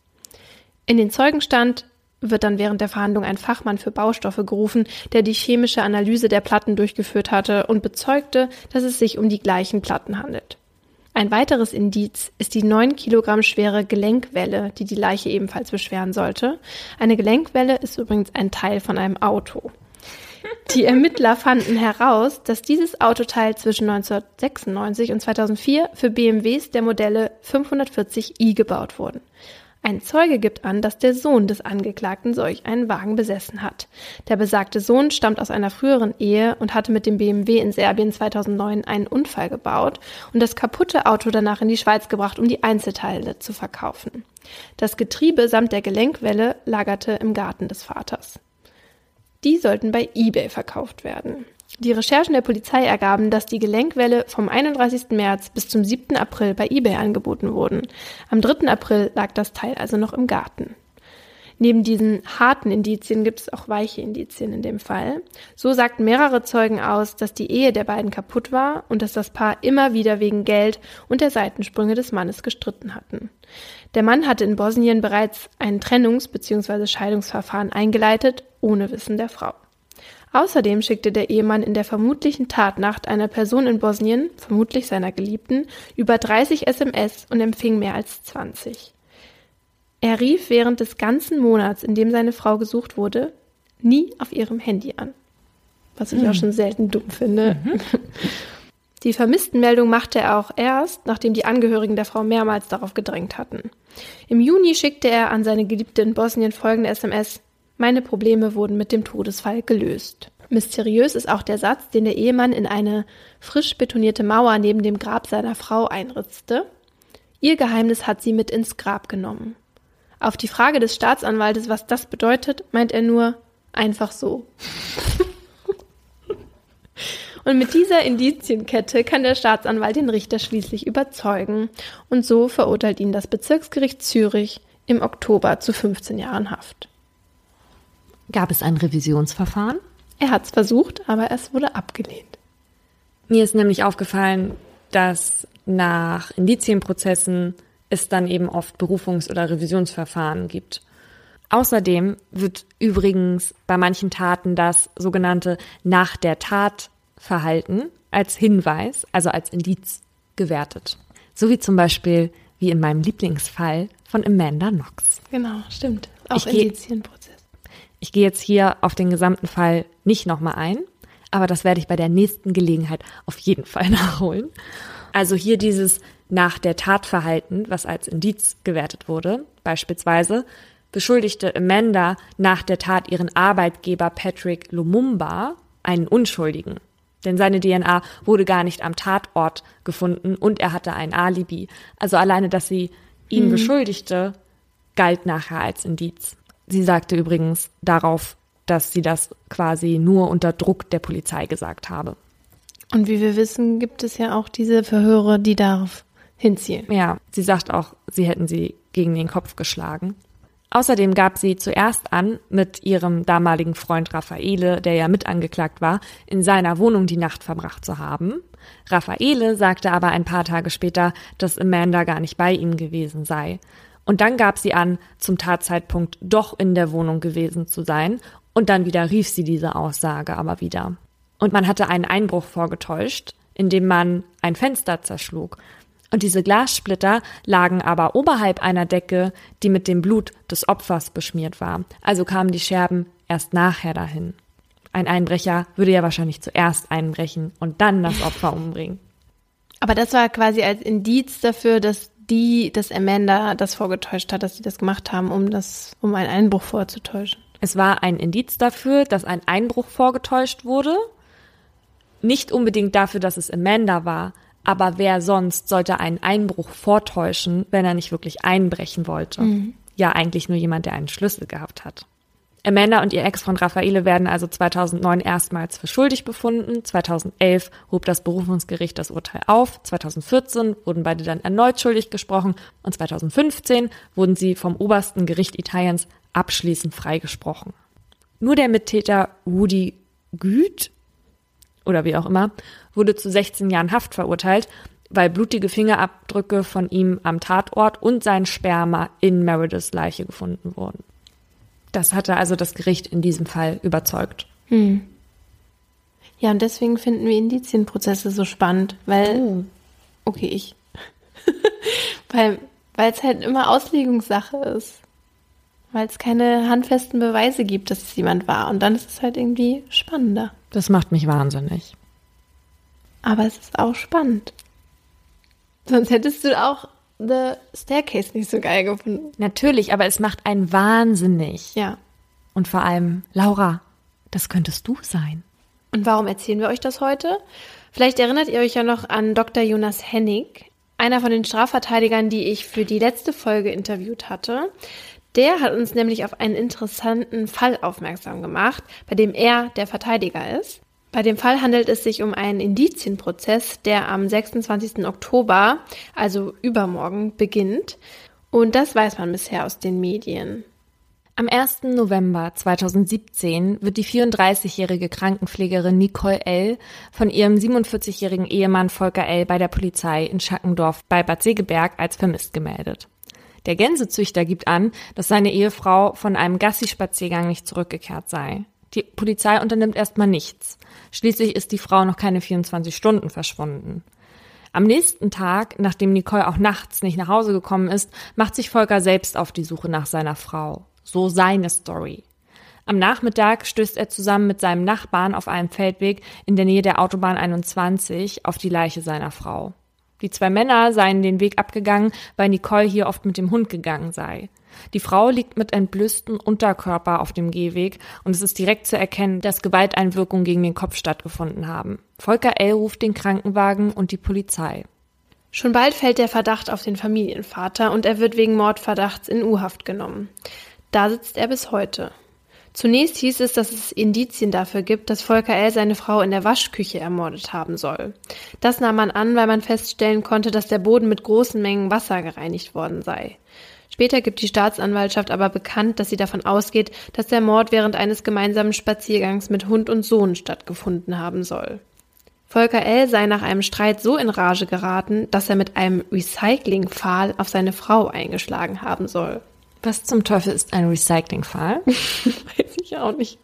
In den Zeugenstand wird dann während der Verhandlung ein Fachmann für Baustoffe gerufen, der die chemische Analyse der Platten durchgeführt hatte und bezeugte, dass es sich um die gleichen Platten handelt. Ein weiteres Indiz ist die neun Kilogramm schwere Gelenkwelle, die die Leiche ebenfalls beschweren sollte. Eine Gelenkwelle ist übrigens ein Teil von einem Auto. Die Ermittler fanden heraus, dass dieses Autoteil zwischen neunzehnhundertsechsundneunzig und zweitausendvier für B M Ws der Modelle fünfhundertvierzig i gebaut wurden. Ein Zeuge gibt an, dass der Sohn des Angeklagten solch einen Wagen besessen hat. Der besagte Sohn stammt aus einer früheren Ehe und hatte mit dem B M W in Serbien zweitausendneun einen Unfall gebaut und das kaputte Auto danach in die Schweiz gebracht, um die Einzelteile zu verkaufen. Das Getriebe samt der Gelenkwelle lagerte im Garten des Vaters. Die sollten bei eBay verkauft werden. Die Recherchen der Polizei ergaben, dass die Gelenkwelle vom einunddreißigsten März bis zum siebten April bei eBay angeboten wurden. Am dritten April lag das Teil also noch im Garten. Neben diesen harten Indizien gibt es auch weiche Indizien in dem Fall. So sagten mehrere Zeugen aus, dass die Ehe der beiden kaputt war und dass das Paar immer wieder wegen Geld und der Seitensprünge des Mannes gestritten hatten. Der Mann hatte in Bosnien bereits ein Trennungs- bzw. Scheidungsverfahren eingeleitet, ohne Wissen der Frau. Außerdem schickte der Ehemann in der vermutlichen Tatnacht einer Person in Bosnien, vermutlich seiner Geliebten, über dreißig S M S und empfing mehr als zwanzig. Er rief während des ganzen Monats, in dem seine Frau gesucht wurde, nie auf ihrem Handy an. Was ich mhm. auch schon selten dumm finde. Mhm. Die Vermisstenmeldung machte er auch erst, nachdem die Angehörigen der Frau mehrmals darauf gedrängt hatten. Im Juni schickte er an seine Geliebte in Bosnien folgende S M S: Meine Probleme wurden mit dem Todesfall gelöst. Mysteriös ist auch der Satz, den der Ehemann in eine frisch betonierte Mauer neben dem Grab seiner Frau einritzte. Ihr Geheimnis hat sie mit ins Grab genommen. Auf die Frage des Staatsanwaltes, was das bedeutet, meint er nur, einfach so. Und mit dieser Indizienkette kann der Staatsanwalt den Richter schließlich überzeugen. Und so verurteilt ihn das Bezirksgericht Zürich im Oktober zu fünfzehn Jahren Haft. Gab es ein Revisionsverfahren? Er hat es versucht, aber es wurde abgelehnt. Mir ist nämlich aufgefallen, dass nach Indizienprozessen es dann eben oft Berufungs- oder Revisionsverfahren gibt. Außerdem wird übrigens bei manchen Taten das sogenannte nach der Tat Verhalten als Hinweis, also als Indiz, gewertet. So wie zum Beispiel, wie in meinem Lieblingsfall von Amanda Knox. Genau, stimmt. Auch ich geh, Indizienprozess. Ich gehe jetzt hier auf den gesamten Fall nicht nochmal ein, aber das werde ich bei der nächsten Gelegenheit auf jeden Fall nachholen. Also hier dieses nach der Tat Verhalten, was als Indiz gewertet wurde, beispielsweise beschuldigte Amanda nach der Tat ihren Arbeitgeber Patrick Lumumba, einen Unschuldigen. Denn seine D N A wurde gar nicht am Tatort gefunden und er hatte ein Alibi. Also alleine, dass sie ihn mhm. beschuldigte, galt nachher als Indiz. Sie sagte übrigens darauf, dass sie das quasi nur unter Druck der Polizei gesagt habe. Und wie wir wissen, gibt es ja auch diese Verhöre, die darauf hinzielen. Ja, sie sagt auch, sie hätten sie gegen den Kopf geschlagen. Außerdem gab sie zuerst an, mit ihrem damaligen Freund Raffaele, der ja mit angeklagt war, in seiner Wohnung die Nacht verbracht zu haben. Raffaele sagte aber ein paar Tage später, dass Amanda gar nicht bei ihm gewesen sei. Und dann gab sie an, zum Tatzeitpunkt doch in der Wohnung gewesen zu sein. Und dann widerrief sie diese Aussage aber wieder. Und man hatte einen Einbruch vorgetäuscht, indem man ein Fenster zerschlug. Und diese Glassplitter lagen aber oberhalb einer Decke, die mit dem Blut des Opfers beschmiert war. Also kamen die Scherben erst nachher dahin. Ein Einbrecher würde ja wahrscheinlich zuerst einbrechen und dann das Opfer umbringen. Aber das war quasi als Indiz dafür, dass die, dass Amanda das vorgetäuscht hat, dass sie das gemacht haben, um das, um einen Einbruch vorzutäuschen. Es war ein Indiz dafür, dass ein Einbruch vorgetäuscht wurde. Nicht unbedingt dafür, dass es Amanda war, aber wer sonst sollte einen Einbruch vortäuschen, wenn er nicht wirklich einbrechen wollte? Mhm. Ja, eigentlich nur jemand, der einen Schlüssel gehabt hat. Amanda und ihr Ex-Freund Raffaele werden also zweitausendneun erstmals für schuldig befunden. zweitausendelf hob das Berufungsgericht das Urteil auf. zweitausendvierzehn wurden beide dann erneut schuldig gesprochen. Und zweitausendfünfzehn wurden sie vom obersten Gericht Italiens abschließend freigesprochen. Nur der Mittäter Rudy Güth, oder wie auch immer, wurde zu sechzehn Jahren Haft verurteilt, weil blutige Fingerabdrücke von ihm am Tatort und sein Sperma in Merediths Leiche gefunden wurden. Das hatte also das Gericht in diesem Fall überzeugt. Hm. Ja, und deswegen finden wir Indizienprozesse so spannend, weil, oh. okay, ich, weil weil es halt immer Auslegungssache ist. Weil es keine handfesten Beweise gibt, dass es jemand war. Und dann ist es halt irgendwie spannender. Das macht mich wahnsinnig. Aber es ist auch spannend. Sonst hättest du auch The Staircase nicht so geil gefunden. Natürlich, aber es macht einen wahnsinnig. Ja. Und vor allem, Laura, das könntest du sein. Und warum erzählen wir euch das heute? Vielleicht erinnert ihr euch ja noch an Doktor Jonas Hennig, einer von den Strafverteidigern, die ich für die letzte Folge interviewt hatte. Der hat uns nämlich auf einen interessanten Fall aufmerksam gemacht, bei dem er der Verteidiger ist. Bei dem Fall handelt es sich um einen Indizienprozess, der am sechsundzwanzigsten Oktober, also übermorgen, beginnt. Und das weiß man bisher aus den Medien. Am ersten November zweitausendsiebzehn wird die vierunddreißigjährige Krankenpflegerin Nicole L. von ihrem siebenundvierzigjährigen Ehemann Volker L. bei der Polizei in Schackendorf bei Bad Segeberg als vermisst gemeldet. Der Gänsezüchter gibt an, dass seine Ehefrau von einem Gassi-Spaziergang nicht zurückgekehrt sei. Die Polizei unternimmt erstmal nichts. Schließlich ist die Frau noch keine vierundzwanzig Stunden verschwunden. Am nächsten Tag, nachdem Nicole auch nachts nicht nach Hause gekommen ist, macht sich Volker selbst auf die Suche nach seiner Frau. So seine Story. Am Nachmittag stößt er zusammen mit seinem Nachbarn auf einem Feldweg in der Nähe der Autobahn einundzwanzig auf die Leiche seiner Frau. Die zwei Männer seien den Weg abgegangen, weil Nicole hier oft mit dem Hund gegangen sei. Die Frau liegt mit entblößtem Unterkörper auf dem Gehweg und es ist direkt zu erkennen, dass Gewalteinwirkungen gegen den Kopf stattgefunden haben. Volker L. ruft den Krankenwagen und die Polizei. Schon bald fällt der Verdacht auf den Familienvater und er wird wegen Mordverdachts in U-Haft genommen. Da sitzt er bis heute. Zunächst hieß es, dass es Indizien dafür gibt, dass Volker L. seine Frau in der Waschküche ermordet haben soll. Das nahm man an, weil man feststellen konnte, dass der Boden mit großen Mengen Wasser gereinigt worden sei. Später gibt die Staatsanwaltschaft aber bekannt, dass sie davon ausgeht, dass der Mord während eines gemeinsamen Spaziergangs mit Hund und Sohn stattgefunden haben soll. Volker L. sei nach einem Streit so in Rage geraten, dass er mit einem Recyclingpfahl auf seine Frau eingeschlagen haben soll. Was zum Teufel ist ein Recyclingpfahl? Weiß ich auch nicht.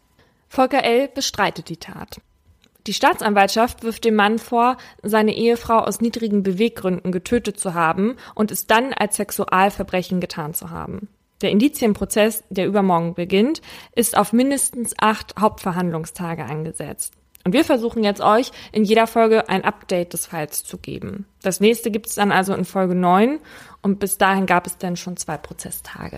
Volker L. bestreitet die Tat. Die Staatsanwaltschaft wirft dem Mann vor, seine Ehefrau aus niedrigen Beweggründen getötet zu haben und es dann als Sexualverbrechen getan zu haben. Der Indizienprozess, der übermorgen beginnt, ist auf mindestens acht Hauptverhandlungstage angesetzt. Und wir versuchen jetzt euch in jeder Folge ein Update des Falls zu geben. Das nächste gibt es dann also in Folge neun und bis dahin gab es dann schon zwei Prozesstage.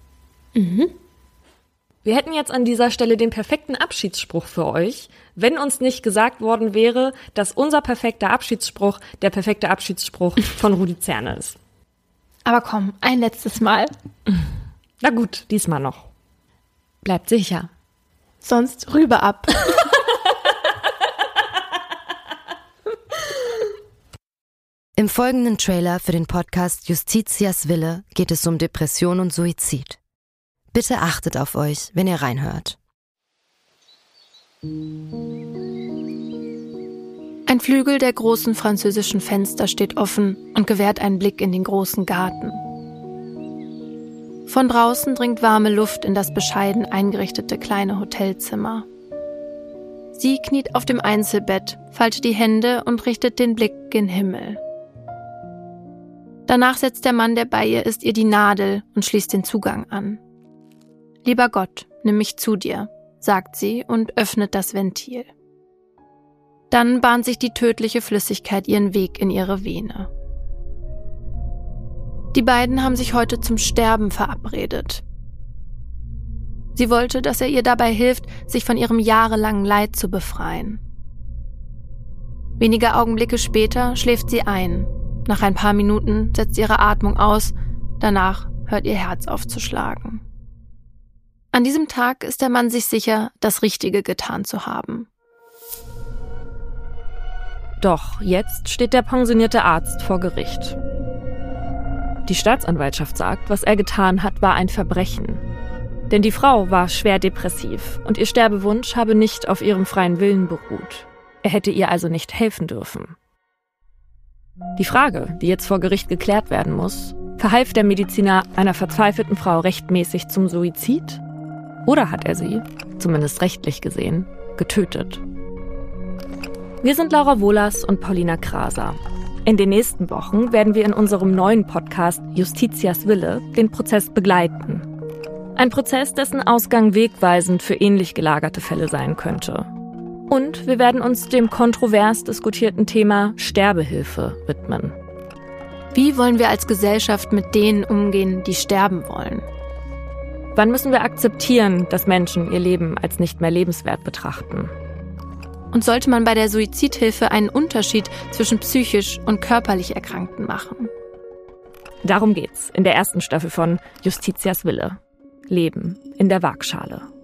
Mhm. Wir hätten jetzt an dieser Stelle den perfekten Abschiedsspruch für euch, wenn uns nicht gesagt worden wäre, dass unser perfekter Abschiedsspruch der perfekte Abschiedsspruch von Rudi Zerne ist. Aber komm, ein letztes Mal. Na gut, diesmal noch. Bleibt sicher. Sonst rüber ab. Im folgenden Trailer für den Podcast Justitias Wille geht es um Depression und Suizid. Bitte achtet auf euch, wenn ihr reinhört. Ein Flügel der großen französischen Fenster steht offen und gewährt einen Blick in den großen Garten. Von draußen dringt warme Luft in das bescheiden eingerichtete kleine Hotelzimmer. Sie kniet auf dem Einzelbett, faltet die Hände und richtet den Blick gen Himmel. Danach setzt der Mann, der bei ihr ist, ihr die Nadel und schließt den Zugang an. »Lieber Gott, nimm mich zu dir«, sagt sie und öffnet das Ventil. Dann bahnt sich die tödliche Flüssigkeit ihren Weg in ihre Vene. Die beiden haben sich heute zum Sterben verabredet. Sie wollte, dass er ihr dabei hilft, sich von ihrem jahrelangen Leid zu befreien. Wenige Augenblicke später schläft sie ein. Nach ein paar Minuten setzt ihre Atmung aus, danach hört ihr Herz auf zu schlagen. An diesem Tag ist der Mann sich sicher, das Richtige getan zu haben. Doch jetzt steht der pensionierte Arzt vor Gericht. Die Staatsanwaltschaft sagt, was er getan hat, war ein Verbrechen. Denn die Frau war schwer depressiv und ihr Sterbewunsch habe nicht auf ihrem freien Willen beruht. Er hätte ihr also nicht helfen dürfen. Die Frage, die jetzt vor Gericht geklärt werden muss, verhalf der Mediziner einer verzweifelten Frau rechtmäßig zum Suizid? Oder hat er sie, zumindest rechtlich gesehen, getötet? Wir sind Laura Wohlers und Paulina Kraser. In den nächsten Wochen werden wir in unserem neuen Podcast Justitias Wille den Prozess begleiten. Ein Prozess, dessen Ausgang wegweisend für ähnlich gelagerte Fälle sein könnte. Und wir werden uns dem kontrovers diskutierten Thema Sterbehilfe widmen. Wie wollen wir als Gesellschaft mit denen umgehen, die sterben wollen? Wann müssen wir akzeptieren, dass Menschen ihr Leben als nicht mehr lebenswert betrachten? Und sollte man bei der Suizidhilfe einen Unterschied zwischen psychisch und körperlich Erkrankten machen? Darum geht's in der ersten Staffel von Justitias Wille. Leben in der Waagschale.